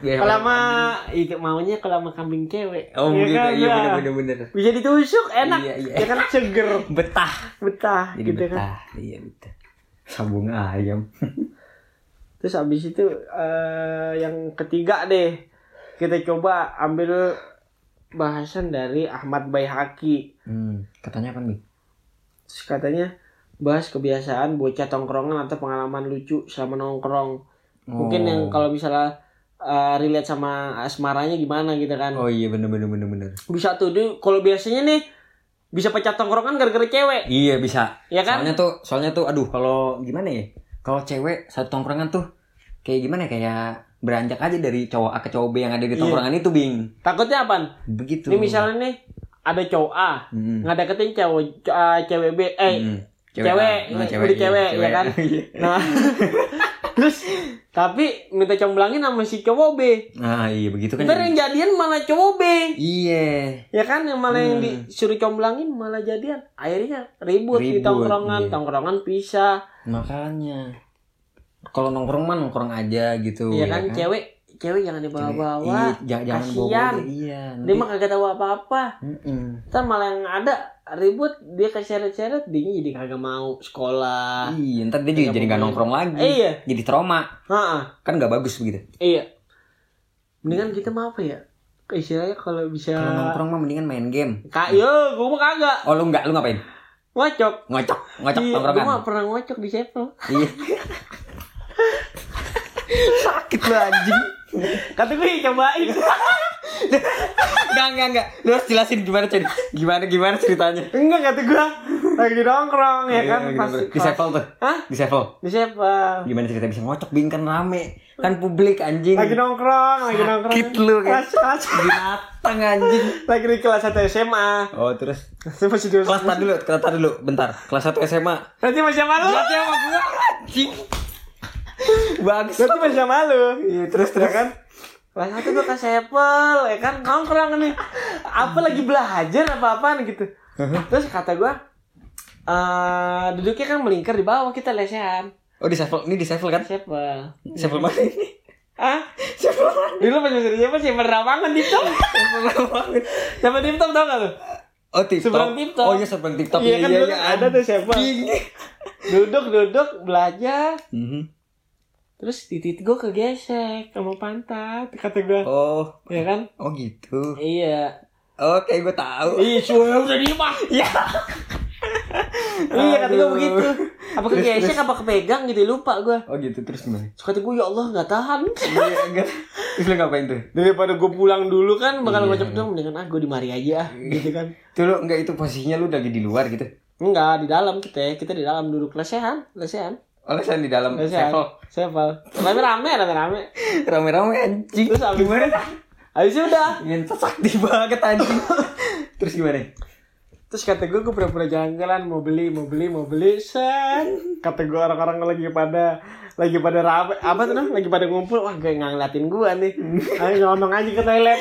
Biar Kalau sama itu maunya kalau sama kambing cewek. Oh Iya gitu, kan, iya ya. bener. Bisa ditusuk enak. Iya, iya. Ya kan seger. Betah. Jadi gitu kan. betah. Iya betah. Sambung ayam. Terus abis itu yang ketiga deh. Kita coba ambil bahasan dari Ahmad Baihaqi. Katanya apa nih? Terus katanya bahas kebiasaan bocah tongkrongan atau pengalaman lucu selama nongkrong. Mungkin yang kalau misalnya relate sama asmaranya gimana gitu kan. Oh iya bener. Bisa tuh dia kalau biasanya nih bisa pecah tongkrongan gara-gara cewek. Iya bisa. Ya kan? Soalnya tuh aduh kalau gimana ya? Kalau cewek satu tongkrongan tuh kayak gimana ya? Kayak beranjak aja dari cowok A ke cowok B yang ada di tongkrongan itu, Bing. Takutnya apaan? Begitu. Ini misalnya nih ada cowok A ngedeketin cewek B, cewek ya kan. Nah, terus tapi minta comblangin sama si cowok B. Nah iya begitu kan. Ntar yang jadian malah cowok B. Iya. Ya kan yang malah yang disuruh comblangin malah jadian. Akhirnya ribut di tongkrongan, tongkrongan pisah. Makanya kalau nongkrong mah nongkrong aja gitu. Iya kan, cewek jangan dibawa-bawa. Jangan kasian. Iya. Dia mah kagak tahu apa-apa. Ntar malah yang ada ribut, dia keseret-seret, dia jadi kagak mau sekolah. Iya, ntar dia jadi gak nongkrong lagi. Iya. Jadi trauma. Kan gak bagus begitu. Iya. Mendingan kita mah apa ya? Istilahnya kalau bisa. Kalau nongkrong mah mendingan main game. Yo, gua mah kagak. Oh lu ngapain? Ngocok Tongkrongan. Gua mah pernah ngocok di Sevel. Iya. Sakit lu anjing. Kata gue cobain. Enggak. Lu harus jelasin gimana ceritanya. Enggak, kata gue lagi nongkrong ya kan pas di Sevel tuh. Hah? Di Sevel. Di Sevel. Gimana cerita bisa ngocok, Bing, kan rame. Kan publik anjing. Lagi nongkrong. Sakit lu kan. Kelas binatang anjing. lagi di kelas 1 SMA. Oh, terus Masih dulu. Kelas dulu, bentar. Kelas 1 SMA. Berarti masih malu. Berarti sama gua anjing. Bagus. Berarti masih malu. Iya, terus kan. Kelas 1 gue ke Sevel, ya kan nongkrong nih. Apa lagi belajar apa-apaan gitu. Terus kata gue, duduknya kan melingkar di bawah, kita lesehan. Oh di Sevel, ini di Sevel kan? Sevel. Sevel mana ini? Sevel mana? Dulu pas masih di Sevel sih Ramangan Tiptop. Sevel Tiptop tau gak lu? Oh Tiptop. Seberang Tiptop. Oh iya seberang Tiptop. Iya kan dulu ada tuh Sevel. Duduk belajar. Terus titik gue kegesek sama pantat, kata gue. Oh, ya kan? Oh gitu. Iya. Oke, gue tahu. Iya, suara udah diem ah. Iya. Iya, kata gue begitu. Apa kegesek apa kepegang gitu, lupa gue. Oh gitu, terus gimana? Terus kata gue, ya Allah nggak tahan. Iya, enggak. Terus lu ngapain tuh? Daripada gue pulang dulu kan bakal ngocok dong, mendingan gue di mari aja gitu kan. Tuh lu enggak, itu posisinya lu lagi di luar gitu? Enggak, di dalam kita di dalam duduk lesehan. Oh, lesehan di dalam Sevel. Rame-rame. Rame-rame anjing. Terus abis gimana? Abis udah. Ngentot sakti banget anjing. Terus gimana? Terus kata gue pura-pura jalan-jalan mau beli sen. Kata gue orang-orang lagi pada rame, apa tuh nah? Lagi pada ngumpul, wah gak ngeliatin gue nih. Ayo ngomong aja ke toilet.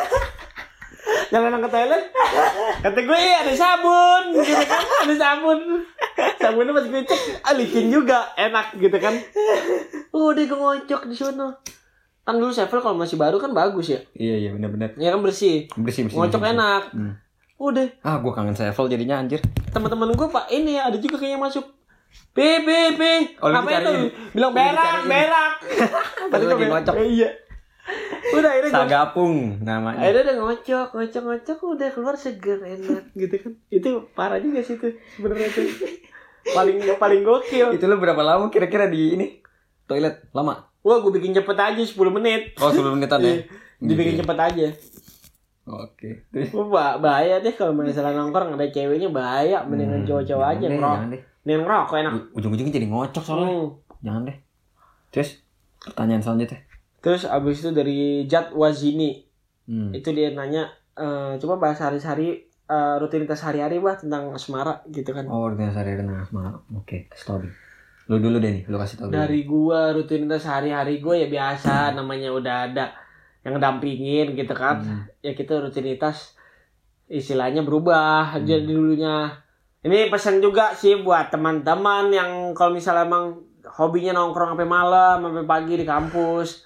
Jalan ke toilet. Kata gue ada sabun, gitu kan? Ada sabun. Sabunnya pas gue cek, licin juga, enak gitu kan. Udah gue ngocok di sono. Kan dulu Sevel kalau masih baru kan bagus ya. Iya benar-benar. Ya kan bersih. Ngocok enak. Udah. Gue kangen Sevel jadinya anjir. Teman-teman gue Pak ini ada juga kayaknya masuk. P. Oh, apa itu? Bilang berak. Tadi lagi ngocok. Iya. Udah akhirnya Sagapung namanya. Akhirnya udah ngocok udah keluar seger enak gitu kan. Itu parah juga sih itu sebenarnya tuh. Paling gokil. Itu lu berapa lama kira-kira di ini? Toilet lama? Wah, gue bikin cepet aja 10 menit. Oh, 10 menitan ya. Dibikin cepet aja. Oke. Bahaya deh kalau misalnya nongkrong ada ceweknya, bahaya. Mendingan cowok-cowok aja ngerokok. Mendingan ngerokok enak. Ujung-ujungnya jadi ngocok soalnya. Jangan deh. Terus pertanyaan selanjutnya. Terus abis itu dari Jad Wazini. Itu dia nanya, coba bahas hari-hari rutinitas hari-hari bah tentang asmara gitu kan. Oh, rutinitas hari-hari tentang asmara. Oke, kasih tau deh. Lu dulu deh nih, lu kasih tau dulu. Dari gua rutinitas hari-hari gua ya biasa, namanya udah ada yang dampingin gitu kan. Ya kita rutinitas istilahnya berubah jadi dulunya. Ini pesan juga sih buat teman-teman yang kalau misalnya emang hobinya nongkrong sampai malam, sampai pagi di kampus.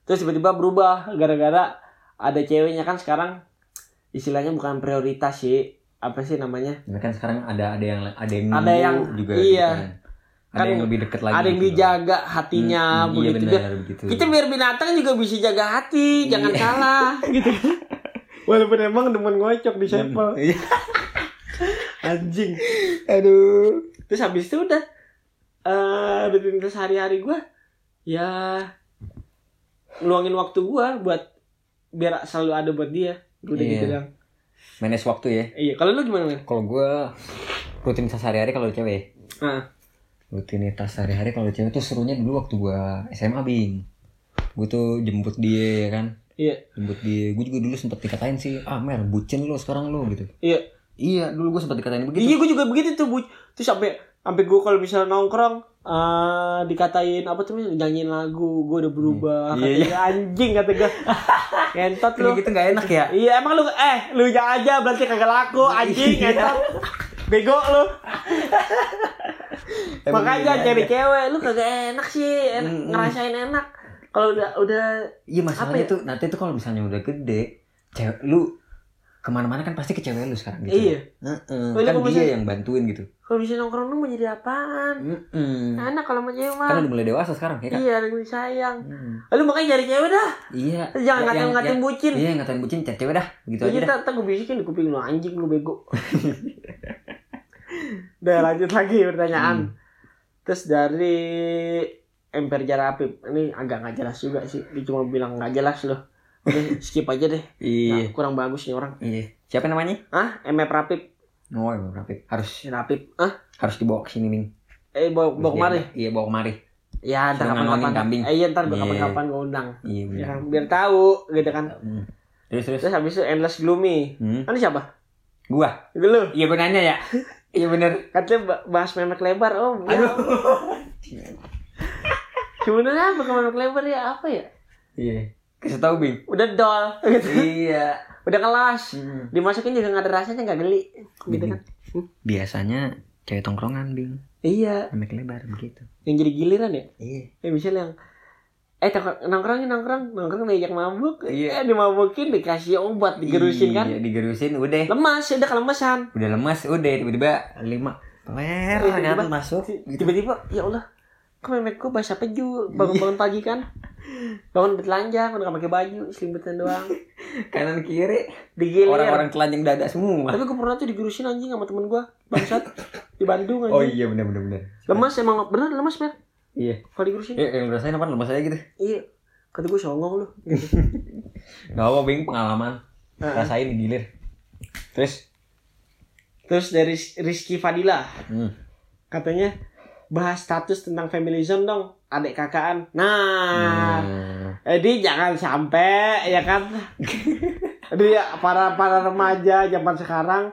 Terus tiba-tiba berubah gara-gara ada ceweknya kan sekarang istilahnya bukan prioritas sih. Apa sih namanya? Nah, kan sekarang ada yang Ada nunggu yang juga iya. gitu kan. Ada yang lebih deket lagi. Ada yang gitu. dijaga hatinya Iya begitu. benar begitu. Kita biar binatang juga bisa jaga hati, jangan salah gitu. Walaupun emang demen ngocok di sampel. Iya. Anjing. Aduh. Terus habis itu udah rutinitas hari-hari gue ya ngeluangin waktu gue buat biar selalu ada buat dia. Udah gitu dong. Manage waktu ya. Iya, kalau lu gimana, Men? Kalau gue rutinitas sehari-hari kalau cewek. Rutinitas sehari-hari kalau cewek tuh serunya dulu waktu gue SMA, Bing. Gue tuh jemput dia ya kan. Iya. Jemput dia. Gue juga dulu sempet dikatain sih, Mer bucin lo sekarang lo gitu. Iya. Iya, dulu gue sempet dikatain begitu. Iya, gue juga begitu tuh, Terus sampai gue kalau misalnya nongkrong dikatain apa tuh nyanyiin lagu, gue udah berubah. Iya. Anjing kata gue. Ngentot lu. Kayak gitu gak enak ya? Iya, emang lu aja berarti kagak laku, anjing ngentot. Bego lu. Makanya cari cewek lu kagak enak sih, ngerasain enak. Kalau udah iya masalahnya tuh nanti tuh kalau misalnya udah gede, cewek lu kemana-mana kan pasti ke cewek lu sekarang gitu. Iya. Kan dia yang bantuin gitu. Kalau bisa nongkrong lu mau jadi apaan? Enak kalau sama cewek mah. Kan udah mulai dewasa sekarang ya kan? Iya, lebih sayang. Lalu makanya cari cewek dah. Iya. Jangan ngatain bucin. Iya, ngatain bucin, cari cewek dah. Begitu aja dah. Kita gue bisikin di kuping lu, anjing lu bego. Udah lanjut lagi pertanyaan. Terus dari Emper Jarapip, ini agak nggak jelas juga sih. Dia cuma bilang nggak jelas loh. Udah skip aja deh. Iya. Nah, kurang bagus nih orang. Iya. Siapa namanya? Emper Rapip. Oh, Emper Rapip. Rapip. Harus dibawa ke sini, Ming. Bawa kemari. Iya, bawa kemari. Ya, ntar kapan-kapan. Iya, ntar kapan-kapan gue undang. Iya, ya, biar tahu gitu kan. Terus habis itu Endless Gloomy. Kan siapa? Gua. Lu. Iya, gue nanya ya. Iya bener. Katanya bahas memek lebar, Om. Aduh. Sebenarnya apa memek lebar ya? Apa ya? Iya. Kasih tahu, Bing. Udah dol. Gitu. Iya. Udah kelas. Dimasukin juga nggak ada rasanya, nggak geli. Gitu kan. Biasanya cewek tongkrongan, Bing. Iya. Memek lebar begitu. Yang jadi giliran ya? Iya. Misalnya yang nongkrong diajak mabuk, iya. Dimabukin, dikasih obat, digerusin kan? Iya, digerusin, udah. Lemas, udah kelemesan. Udah lemas, udah tiba-tiba 5 kan masuk. Tiba-tiba, ya Allah, kok memek gue basah peju, bangun pagi kan? Bangun telanjang, udah gak pakai baju, selimutan doang. Kanan kiri, digilir. Orang-orang telanjang dada semua. Tapi gue pernah tuh digerusin anjing sama temen gue, bangsat di Bandung anjing. Oh iya benar. Lemas emang bener lemas men. Iya. Kalau digurusin. Yang ngerasain apa? Lemas aja gitu. Iya. Kata gue songong lu. Gitu. Gak apa, Bing, pengalaman. Rasain digilir. Terus dari Rizky Fadila. Katanya bahas status tentang feminism dong, adik kakaan. Nah. Jadi jangan sampai ya kan. Jadi para remaja zaman sekarang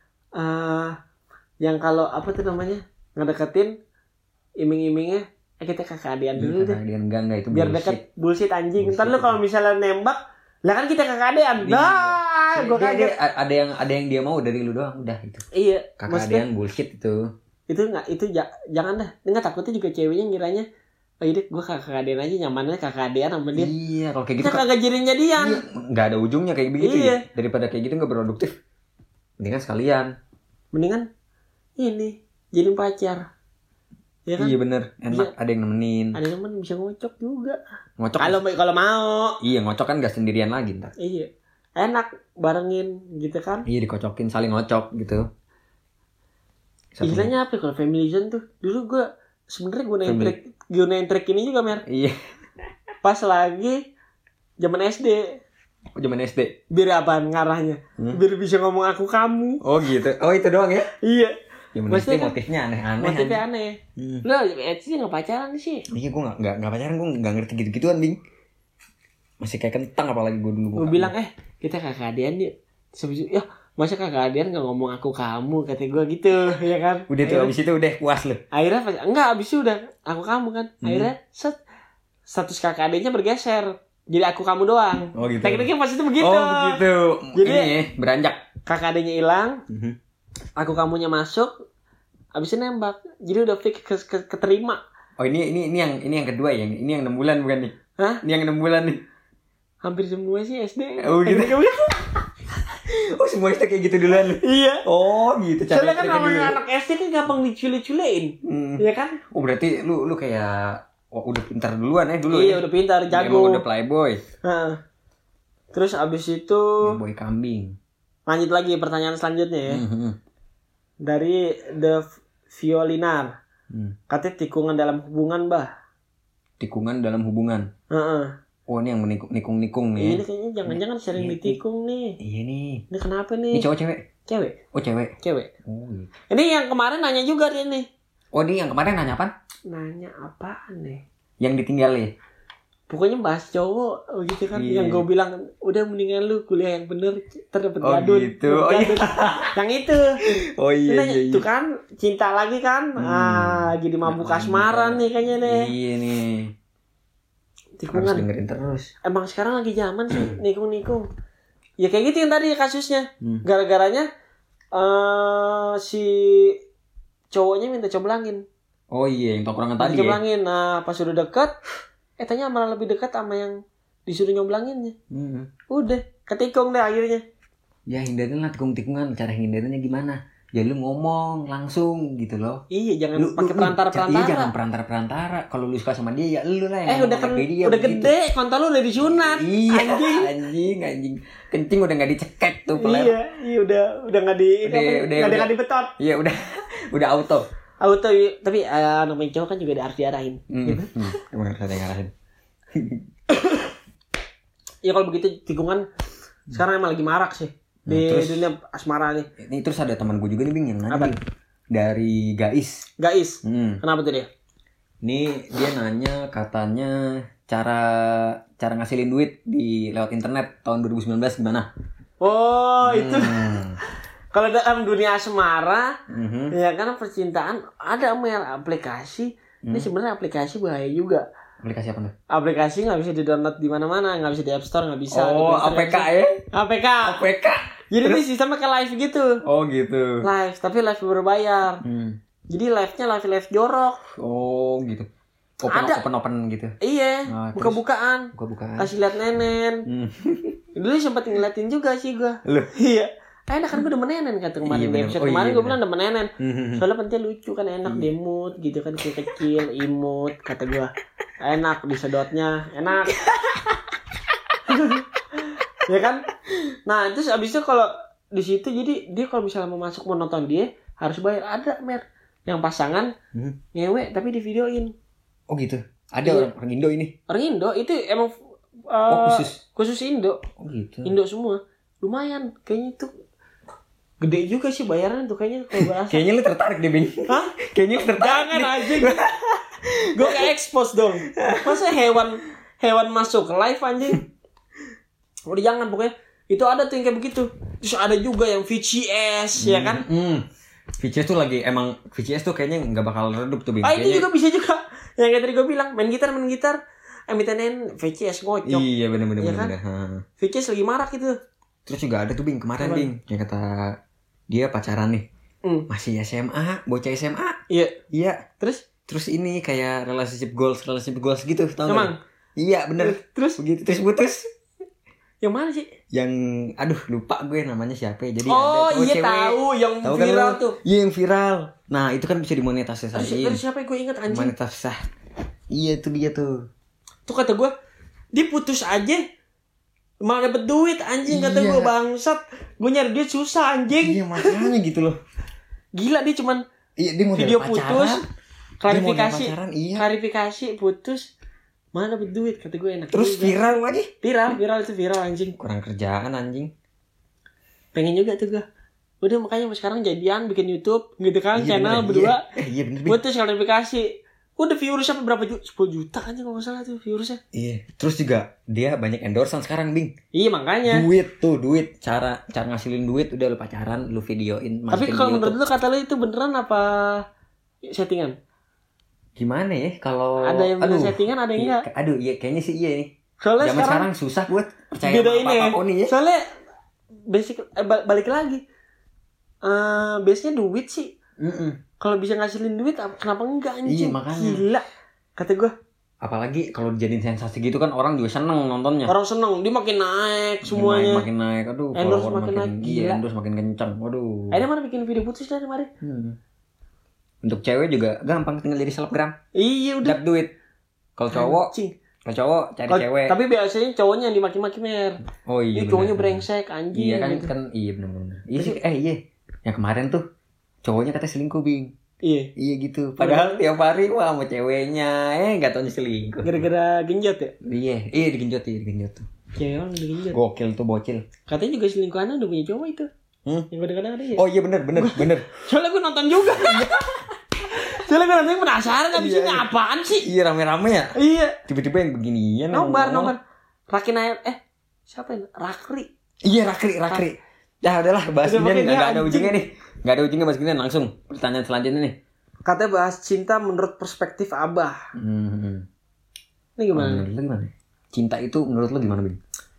yang kalau apa tuh namanya? Ngedeketin iming-imingnya kita kakak adean dulu deh. Enggak itu biar deket bullshit anjing. Ntar lu kalau misalnya nembak, lah kan kita kakak adean. Nah, gua kaget. Ada yang dia mau dari lu doang, udah itu. Iya. Kakak adean bullshit itu. Itu jangan dah. Enggak, takutnya juga ceweknya ngiranya, oh iya deh, gue kakak adean aja, nyamannya kakak adean sama dia. Iya, kalau kayak gitu kita kagak jadian. Iya, nggak ada ujungnya kayak begitu ya. Daripada kayak gitu nggak produktif. Mendingan sekalian. Mendingan ini jadiin pacar. Ya kan? Iya bener, enak, ada yang nemenin. Ada yang nemenin, bisa ngocok juga. Ngocok kalau mau. Iya, ngocok kan gak sendirian lagi ntar. Iya, enak barengin gitu kan. Iya, dikocokin, saling ngocok gitu. Istilahnya apa kalau feminism tuh? Dulu gue sebenarnya gunain trik ini juga, Mer. Iya. Pas lagi zaman SD. Oh, zaman SD. Biar apaan ngarahnya? Biar bisa ngomong aku kamu. Oh gitu. Oh itu doang ya? Iya. Maksudnya motifnya aneh-aneh. Motifnya aneh. Lo sih nggak pacaran sih? Iya, gue nggak pacaran, gue nggak ngerti gitu-gituan, Bing. Masih kayak kentang apalagi gue dulu. Gue bilang kita kakak adean yuk. Ya masa kakak adean nggak ngomong aku kamu, kata gue gitu, ya kan? Udah tuh abis itu udah puas lo. Akhirnya enggak, abis itu udah aku kamu kan. Akhirnya status kakak adeannya bergeser. Jadi aku kamu doang. Oh gitu. Tekniknya pas itu begitu. Oh begitu. Jadi ini ya, beranjak. Kakak adeknya hilang. Aku kamunya masuk. Abis itu nembak. Jadi udah fix keterima. Oh ini yang kedua ya. Ini yang 6 bulan bukan nih? Hah? Ini yang 6 bulan nih. Hampir semua sih SD. Oh gitu. Oh semua SD kayak gitu duluan. Iya. Oh gitu. Soalnya kan mereka dulu. namanya anak SD kan gampang dicule-culein. Iya kan? Oh berarti lu kayak udah pintar duluan dulu. Iya udah pintar, jago. Emang udah playboy. Nah. Terus abis itu Boy kambing. lanjut lagi pertanyaan selanjutnya ya. Dari The Violinar. Katanya tikungan dalam hubungan, Bah. Tikungan dalam hubungan. Oh ini yang menikung-nikung nih. Ini kayaknya jangan-jangan sering ditikung nih. Iya nih. Ini kenapa nih? Ini cowok cewek? Cewek. Oh cewek. Cewek. Oh gitu. Ini yang kemarin nanya juga dia nih. Oh ini yang kemarin nanya apa? Nanya apaan nih? Yang ditinggal ya? Pokoknya bahas cowok gitu kan. Iya. Yang gue bilang udah mendingan lu kuliah yang bener terdapat Oh gadun. gitu. Oh iya. Yang itu. Oh Dia iya nanya, iya. tuh kan cinta lagi kan. Jadi mabuk asmaran nih kayaknya nih. Iya nih. Tikungan. Harus dengerin terus. Emang sekarang lagi zaman sih nikung-nikung. Ya kayak gitu yang tadi kasusnya. Gara-garanya si cowoknya minta coblangin. Oh iya yang tongkrongan Minta tadi ya. coblangin. Nah pas udah deket, tanya malah lebih dekat sama yang disuruh nyoblanginnya. Udah ketikung deh akhirnya. Ya hindarin lah tikung-tikungan. Cara hindarinnya gimana? Ya lu ngomong langsung gitu loh. Iya jangan Lu pakai perantara-perantara. Iya jangan perantara-perantara. Kalau lu suka sama dia ya lu lah yang udah ngomong ke dia, udah begitu. gede, kontol lu udah disunat. Iya Anjing. anjing. Kencing udah nggak dicekek tuh peler. Iya udah nggak di nggak dibetot. Iya udah auto. Auto tapi namanya cowok kan juga harus diarahin. Emang harus ada yang ngarahin. Ya kalau begitu tikungan sekarang emang lagi marak sih di dunia asmara nih. Ini terus ada teman gue juga nih Bing yang nanya Apa? Bing. Dari Gais. Kenapa tuh dia? Ini dia nanya katanya cara ngasilin duit di lewat internet tahun 2019 gimana? Oh itu kalau dalam dunia asmara ya karena percintaan ada aplikasi. Ini sebenarnya aplikasi bahaya juga. Aplikasi apa tuh? Aplikasi nggak bisa di-download di mana-mana, nggak bisa di App Store, nggak bisa. Oh APK ya? APK. Jadi ini sistemnya kayak live gitu. Oh gitu. Live tapi live berbayar. Jadi live-nya live jorok. Oh gitu. Open gitu. Iya, buka-bukaan. Kasih lihat nenen. Dulu sempat ngeliatin juga sih gua. Iya. Enak kan gue demen nenen kata kemarin. Di episode kemarin gue bilang demen nenen. Soalnya penting lucu kan enak demut gitu kan kecil imut kata gua. Enak disedotnya, enak. Ya kan? Nah, terus abis itu kalau di situ jadi dia kalau misalnya mau masuk mau nonton dia harus bayar. Ada yang pasangan ngewe tapi di videoin. Oh gitu. Ada orang Indo ini. Orang Indo itu emang khusus Indo. Oh gitu. Indo semua. Lumayan kayaknya itu gede juga sih bayaran tuh kayaknya kalau bahasa. Kayaknya lu tertarik deh, Bing. Hah? Kayaknya lu tertarik. Jangan aja. Gue ke-expose dong. Masa hewan masuk live anjing. Udah jangan pokoknya. Itu ada tuh yang kayak begitu. Terus ada juga yang VCS ya kan? VCS tuh lagi emang VCS tuh kayaknya nggak bakal redup tuh Bing. Ini juga bisa juga. Yang kayak tadi gue bilang main gitar emitenin VCS ngocok. Iya benar. Kan? VCS lagi marak itu. Terus juga ada tuh Bing kemarin Bing yang kata dia pacaran nih. Masih SMA, bocah SMA. Iya. Terus ini kayak relationship goals gitu, tau Emang? Gak? Iya, bener. Terus begitu terus putus. Yang mana sih? Yang lupa gue namanya siapa ya. Jadi ada cewek. Tahu yang viral kan, tuh. Iya, yang viral. Nah, itu kan bisa dimonetisasi. Dari siapa yang gue ingat anjing? Monetisasi. Iya, itu dia tuh. Tuh kata gue, dia putus aja malah dapet duit anjing kata gue bangsat. Gue nyari duit susah anjing. Iya, makanya gitu loh. Gila dia cuman dia mau video pacaran, putus, klarifikasi putus, mana dapet duit kata gue enak. Terus juga. Viral itu viral anjing. Kurang kerjaan anjing. Pengen juga tuh gue. Udah makanya sekarang jadian bikin YouTube gitu kan channel berdua. Iya bener. Putus klarifikasi. Udah viewersnya berapa juta? 10 juta kan kalau nggak salah tuh viewersnya. Iya. Terus juga dia banyak endorsean sekarang Bing. Iya makanya. Duit. Cara ngasilin duit udah lu pacaran, lu videoin. Tapi kalau menurut lu kata lu itu beneran apa settingan? Gimana ya kalau ada yang bener settingan ada yang enggak? Aduh iya kayaknya sih iya nih. Soalnya sekarang susah buat percaya sama apa-apa nih ya. Soalnya basic balik lagi. Biasanya duit sih. Kalau bisa ngasilin duit kenapa enggak anjing? Iya makanya. Gila. Kata gue apalagi kalau dijadiin sensasi gitu kan orang juga seneng nontonnya. Orang seneng, dia makin naik semuanya. Makin naik, aduh. Endorse follower makin naik, iya, gila. endorse makin kencang, waduh. Akhirnya mana bikin video putus dari kemarin. Untuk cewek juga gampang, tinggal jadi selebgram. Iya udah. Dapat duit. Kalau cowok, Anjing. kalau cowok cari cewek. Tapi biasanya cowoknya yang dimaki-maki mer. Oh iya. Ini cowoknya brengsek anjing. Iya kan, gitu. kan iya benar-benar. Iya sih, iya. Yang kemarin tuh cowoknya katanya selingkuh, Bing. Iya. Iya gitu. Padahal tiap hari wah sama ceweknya, enggak taunya selingkuh. Gara-gara genjot ya? Iya digenjot tuh. Cewek orang digenjot. Gokil tuh bocil. Katanya juga selingkuhannya udah punya cowok itu. Yang kadang-kadang ada ya. Oh iya benar. Soalnya gue nonton juga. Soalnya gue nonton penasaran kan di sini apaan sih? Iya rame-rame ya. Iya. Tiba-tiba yang beginian. Nobar. Rakin air siapa ini? Rakri. Iya Rakri. Ya udahlah bahas ini enggak ada ujungnya nih. Enggak ada ujungnya bahas gini langsung. Pertanyaan selanjutnya nih. Katanya bahas cinta menurut perspektif Abah. Ini gimana? Menurut lu gimana? Cinta itu menurut lu gimana, Bin?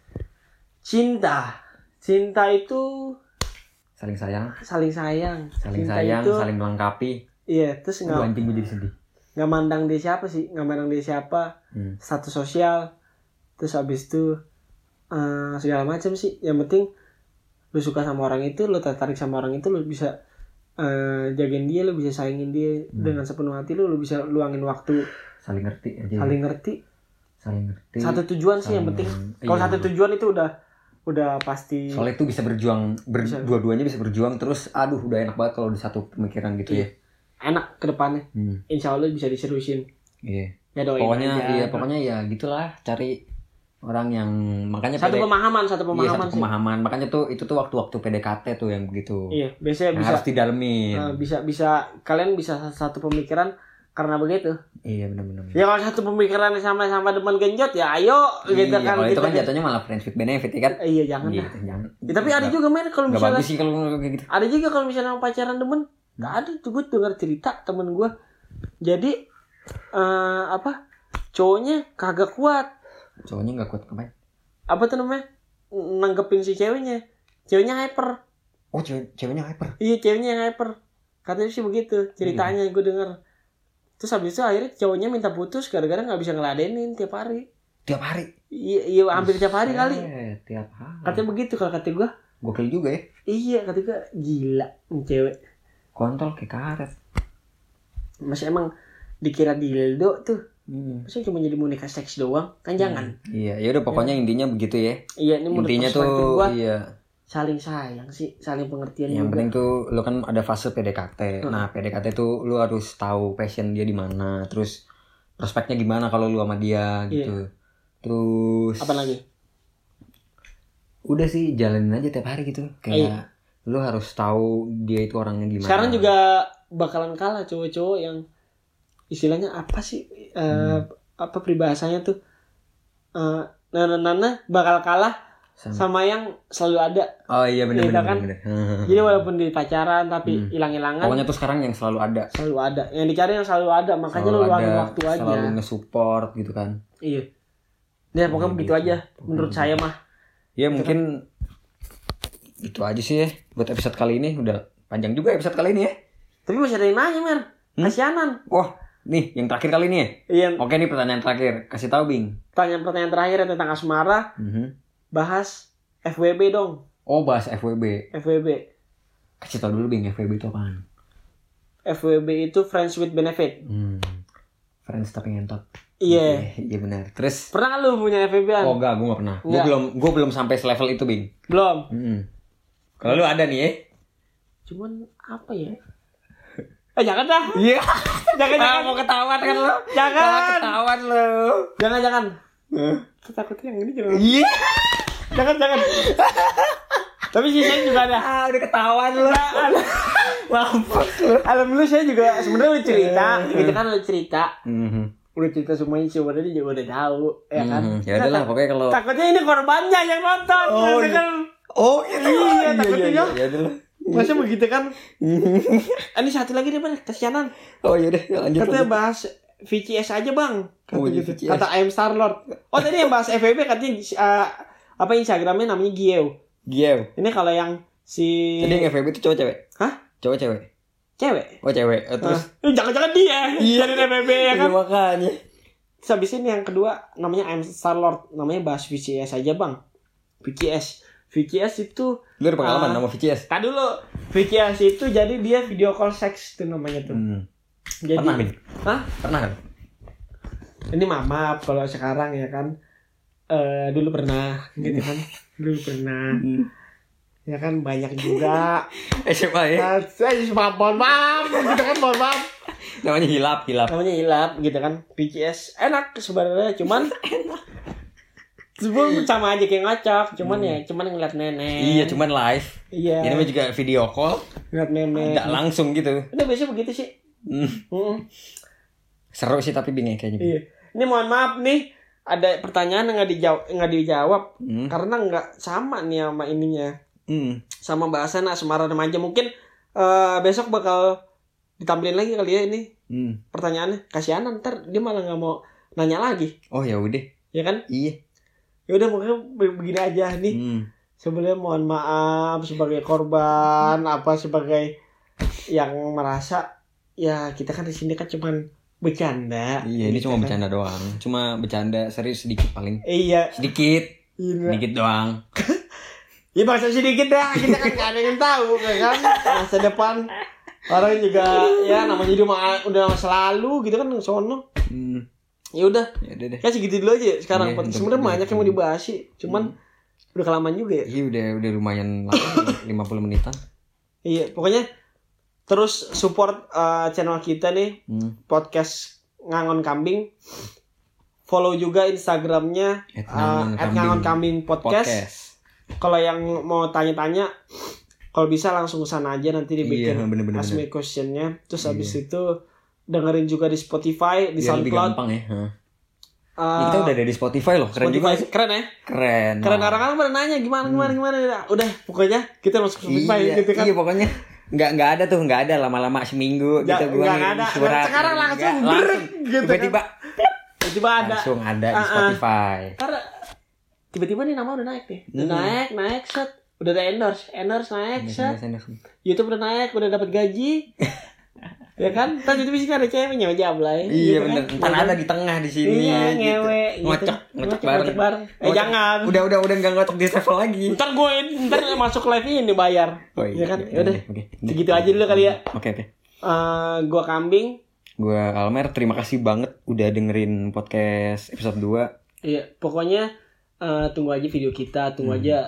Cinta itu Saling sayang, saling sayang, itu, saling melengkapi. Iya, terus anjing gue jadi sedih. Nggak mandang dia siapa, status sosial, terus habis itu segala macam sih. Yang penting lu suka sama orang itu, lu tertarik sama orang itu, lu bisa jagain dia, lu bisa sayangin dia dengan sepenuh hati lu bisa luangin waktu. Saling ngerti. Satu tujuan sih yang penting. Kalau satu tujuan itu udah pasti. Soalnya itu bisa berjuang, dua-duanya bisa berjuang terus. Aduh, udah enak banget kalau di satu pemikiran gitu ya. Enak ke depannya. Insya Allah bisa diseriusin. Iya. Ya doain pokoknya ya gitulah, cari orang yang makanya satu pemahaman satu pemahaman. Makanya tuh itu tuh waktu-waktu PDKT tuh yang begitu. Iya, biasanya bisa harus didalemin. Bisa kalian bisa satu pemikiran karena begitu. Iya benar. Ya kalau satu pemikiran sama demen genjot ya ayo gitu kan. Kalau itu kan jatuhnya malah friends with benefit ya kan. Iya jangan. Ya, tapi ada juga men kalau misalnya. Gak bagus sih kalau kayak gitu. Ada juga kalau misalnya pacaran demen. Gak ada tuh gue dengar cerita temen gue. Jadi cowoknya kagak kuat. Cowoknya gak kuat ngapain? Apa tuh namanya? Nanggepin si ceweknya. Ceweknya hyper. Oh ceweknya hyper? Iya ceweknya yang hyper. Katanya sih begitu ceritanya gue denger. Terus habis itu akhirnya cowoknya minta putus gara-gara gak bisa ngeladenin tiap hari. Tiap hari? Iya hampir tiap hari kali. Tiap hari. Katanya begitu kalau kata gue. Gokil juga ya. Iya kata gue gila cewek. Kontol kayak karet. Masih emang dikira dildo tuh. Maksudnya cuma jadi boneka seks doang kan jangan. Iya ya udah pokoknya intinya begitu ya. Iya ini intinya tuh gua, iya. Saling sayang sih, saling pengertian yang juga. penting tuh lu kan ada fase PDKT. Nah, PDKT tuh lu harus tahu passion dia di mana, terus prospeknya gimana kalau lu sama dia gitu. Iya. Terus apa lagi? Udah sih jalanin aja tiap hari gitu. Kayak lu harus tahu dia itu orangnya gimana. Sekarang juga bakalan kalah cowok-cowok yang istilahnya apa sih? Apa peribahasanya tuh? Nana bakal kalah sama yang selalu ada. Oh iya benar. Jadi walaupun di pacaran tapi hilang-hilangan. Pokoknya tuh sekarang yang selalu ada. Selalu ada. Yang dicari yang selalu ada. Makanya lu luangin waktu aja. Selalu nge-support gitu kan. Iya. Ya pokoknya begitu aja menurut saya mah. Ya mungkin itu aja sih ya buat episode kali ini. Udah panjang juga episode kali ini ya. Tapi masih ada yang nanya Mer. Kasianan. Wah nih yang terakhir kali ini ya. Iya. Oke nih pertanyaan terakhir. Kasih tahu Bing. Pertanyaan terakhir tentang asmara. Bahas FWB dong. Oh bahas FWB. Kasih tau dulu Bing, FWB itu apaan? FWB itu Friends with Benefit. Friends tapi ngentot. Iya. Iya benar. Terus pernah lu punya FWB-an? Oh enggak, gue gak pernah. Gue belum sampai selevel itu Bing. Belum. Kalau lu ada nih ya? Cuman apa ya? Jangan dah. Iya. Jangan. Mau ketahuan kan lu? Jangan. Ketahuan lu. Jangan. Takutnya yang ini jangan. Iya. Jangan. Tapi sih saya juga ada. Udah ketahuan lu. Mampus lu. Alhamdulillah saya juga sebenarnya udah cerita. Kita kan udah cerita. Udah cerita semuanya sebenarnya dia juga udah tahu, ya kan? Ya udahlah pokoknya kalau takutnya ini korbannya yang nonton. Oh gitu. Iya, takutnya ya. Ya udahlah. Masa begitu kan? Ini satu lagi deh, Bang. Kasianan. Oh iya deh, lanjut. Katanya bahas VCS aja, Bang. VCS. Kata I am Star-Lord. Oh, tadi yang bahas FWB katanya apa Instagramnya namanya Gieo. Ini kalau yang si jadi yang FWB itu cowok cewek? Hah? Cowok cewek? Cewek. Oh cewek. Terus jangan-jangan dia. Iya dari FWB ya kan? Makanya. Terus habis ini yang kedua namanya I'm Star-Lord, namanya bahas VCS aja bang. VCS itu Lu ada pengalaman nama VCS? Tadi dulu VCS itu jadi dia video call seks tuh namanya tuh. Jadi, Pernah Bin? Hah? Pernah kan? Ini maaf kalau sekarang ya kan. Dulu pernah gitu kan. Dulu pernah. Ya kan banyak juga. SMA ya? Saya mohon maaf gitu kan, mohon maaf. Namanya hilap. Namanya hilap gitu kan. VCS enak sebenarnya, cuman sebelum sama aja kayak ngacak, cuman ngeliat nenek. Iya, cuman live. Iya. Ini namanya juga video call. Ngeliat nenek. Nggak langsung gitu. Udah biasanya begitu sih. Seru sih tapi bingung kayaknya. Iya. Ini mohon maaf nih, ada pertanyaan yang nggak dijawab karena nggak sama nih sama ininya. Sama bahasan asmara remaja. Mungkin besok bakal ditampilin lagi kali ya ini pertanyaannya. Kasihan ntar dia malah nggak mau nanya lagi. Oh ya udah. Ya kan? Iya. Ya udah pokoknya begini aja nih. Sebelumnya mohon maaf sebagai korban, sebagai yang merasa ya kita kan di sini kan cuman bercanda. Iya, ini cuma bercanda doang. Cuma bercanda serius sedikit paling. Iya. Sedikit. Iya. Sedikit doang. Ya masa sedikit dah, kita kan gak ada yang tahu kan. Masa depan orang juga ya namanya udah masa lalu gitu kan sono. Ya udah deh. Kan segitu dulu aja sekarang. Iya, sebenarnya banyak yang mau dibahas sih, cuman udah kelamaan juga ya. Iya, udah lumayan lama 50 menitan. Iya, pokoknya terus support channel kita nih, podcast Ngangon Kambing. Follow juga Instagramnya @ngangonkambing podcast. Kalau yang mau tanya-tanya, kalau bisa langsung sana aja, nanti dibikin ask me question-nya. Terus habis itu dengerin juga di Spotify, di SoundCloud. Lebih gampang ya. Kita udah ada di Spotify loh, keren Spotify, juga. keren ya? Keren. Orang-orang pada nanya gimana. Udah, pokoknya kita masuk Spotify gitu kan. Iya, pokoknya nggak ada lama-lama seminggu gitu gua ada. surat. Sekarang langsung gitu. Tiba-tiba ada. Langsung ada di Spotify. Karena tiba-tiba nih nama udah naik nih. Naik set. Udah ada endorse naik set. YouTube udah naik, udah dapat gaji. Ya kan? Tadi itu bisa ada cewek nyewa jablay. Iya gitu bener. Kan? Ntar ada di tengah di sini. Iya, ngewe. Gitu. Ngocok bareng. Jangan. Udah enggak ngocok di travel lagi. Ntar masuk live ini bayar. Oh, iya kan? Okay, ya udah. Segitu aja dulu kali ya. Oke. Gua Kambing. Gua Almer. Terima kasih banget udah dengerin podcast episode 2. Iya, pokoknya tunggu aja video kita, aja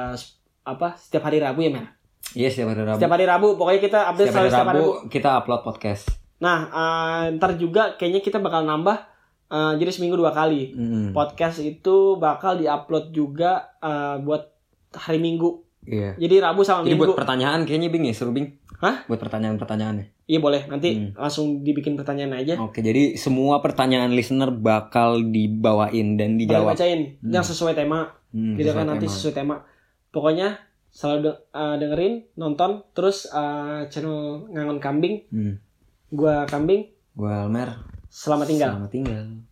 setiap hari Rabu ya, Men. Iya, setiap hari Rabu. Setiap hari Rabu, pokoknya kita update setiap hari Rabu. Kita upload podcast. Nah, ntar juga kayaknya kita bakal nambah jadi seminggu 2 kali. Podcast itu bakal diupload juga buat hari Minggu. Iya. Jadi Rabu sama Minggu. Jadi buat pertanyaan kayaknya Bing ya, seru Bing. Hah? Buat pertanyaan-pertanyaannya. Iya boleh, nanti langsung dibikin pertanyaan aja. Oke, jadi semua pertanyaan listener bakal dibawain dan dijawab. Bacain yang sesuai tema. Gitu kan nanti sesuai tema. Pokoknya selalu dengerin, nonton terus channel Ngangon Kambing. Gua Kambing. Gua Almer. Selamat tinggal. Selamat tinggal.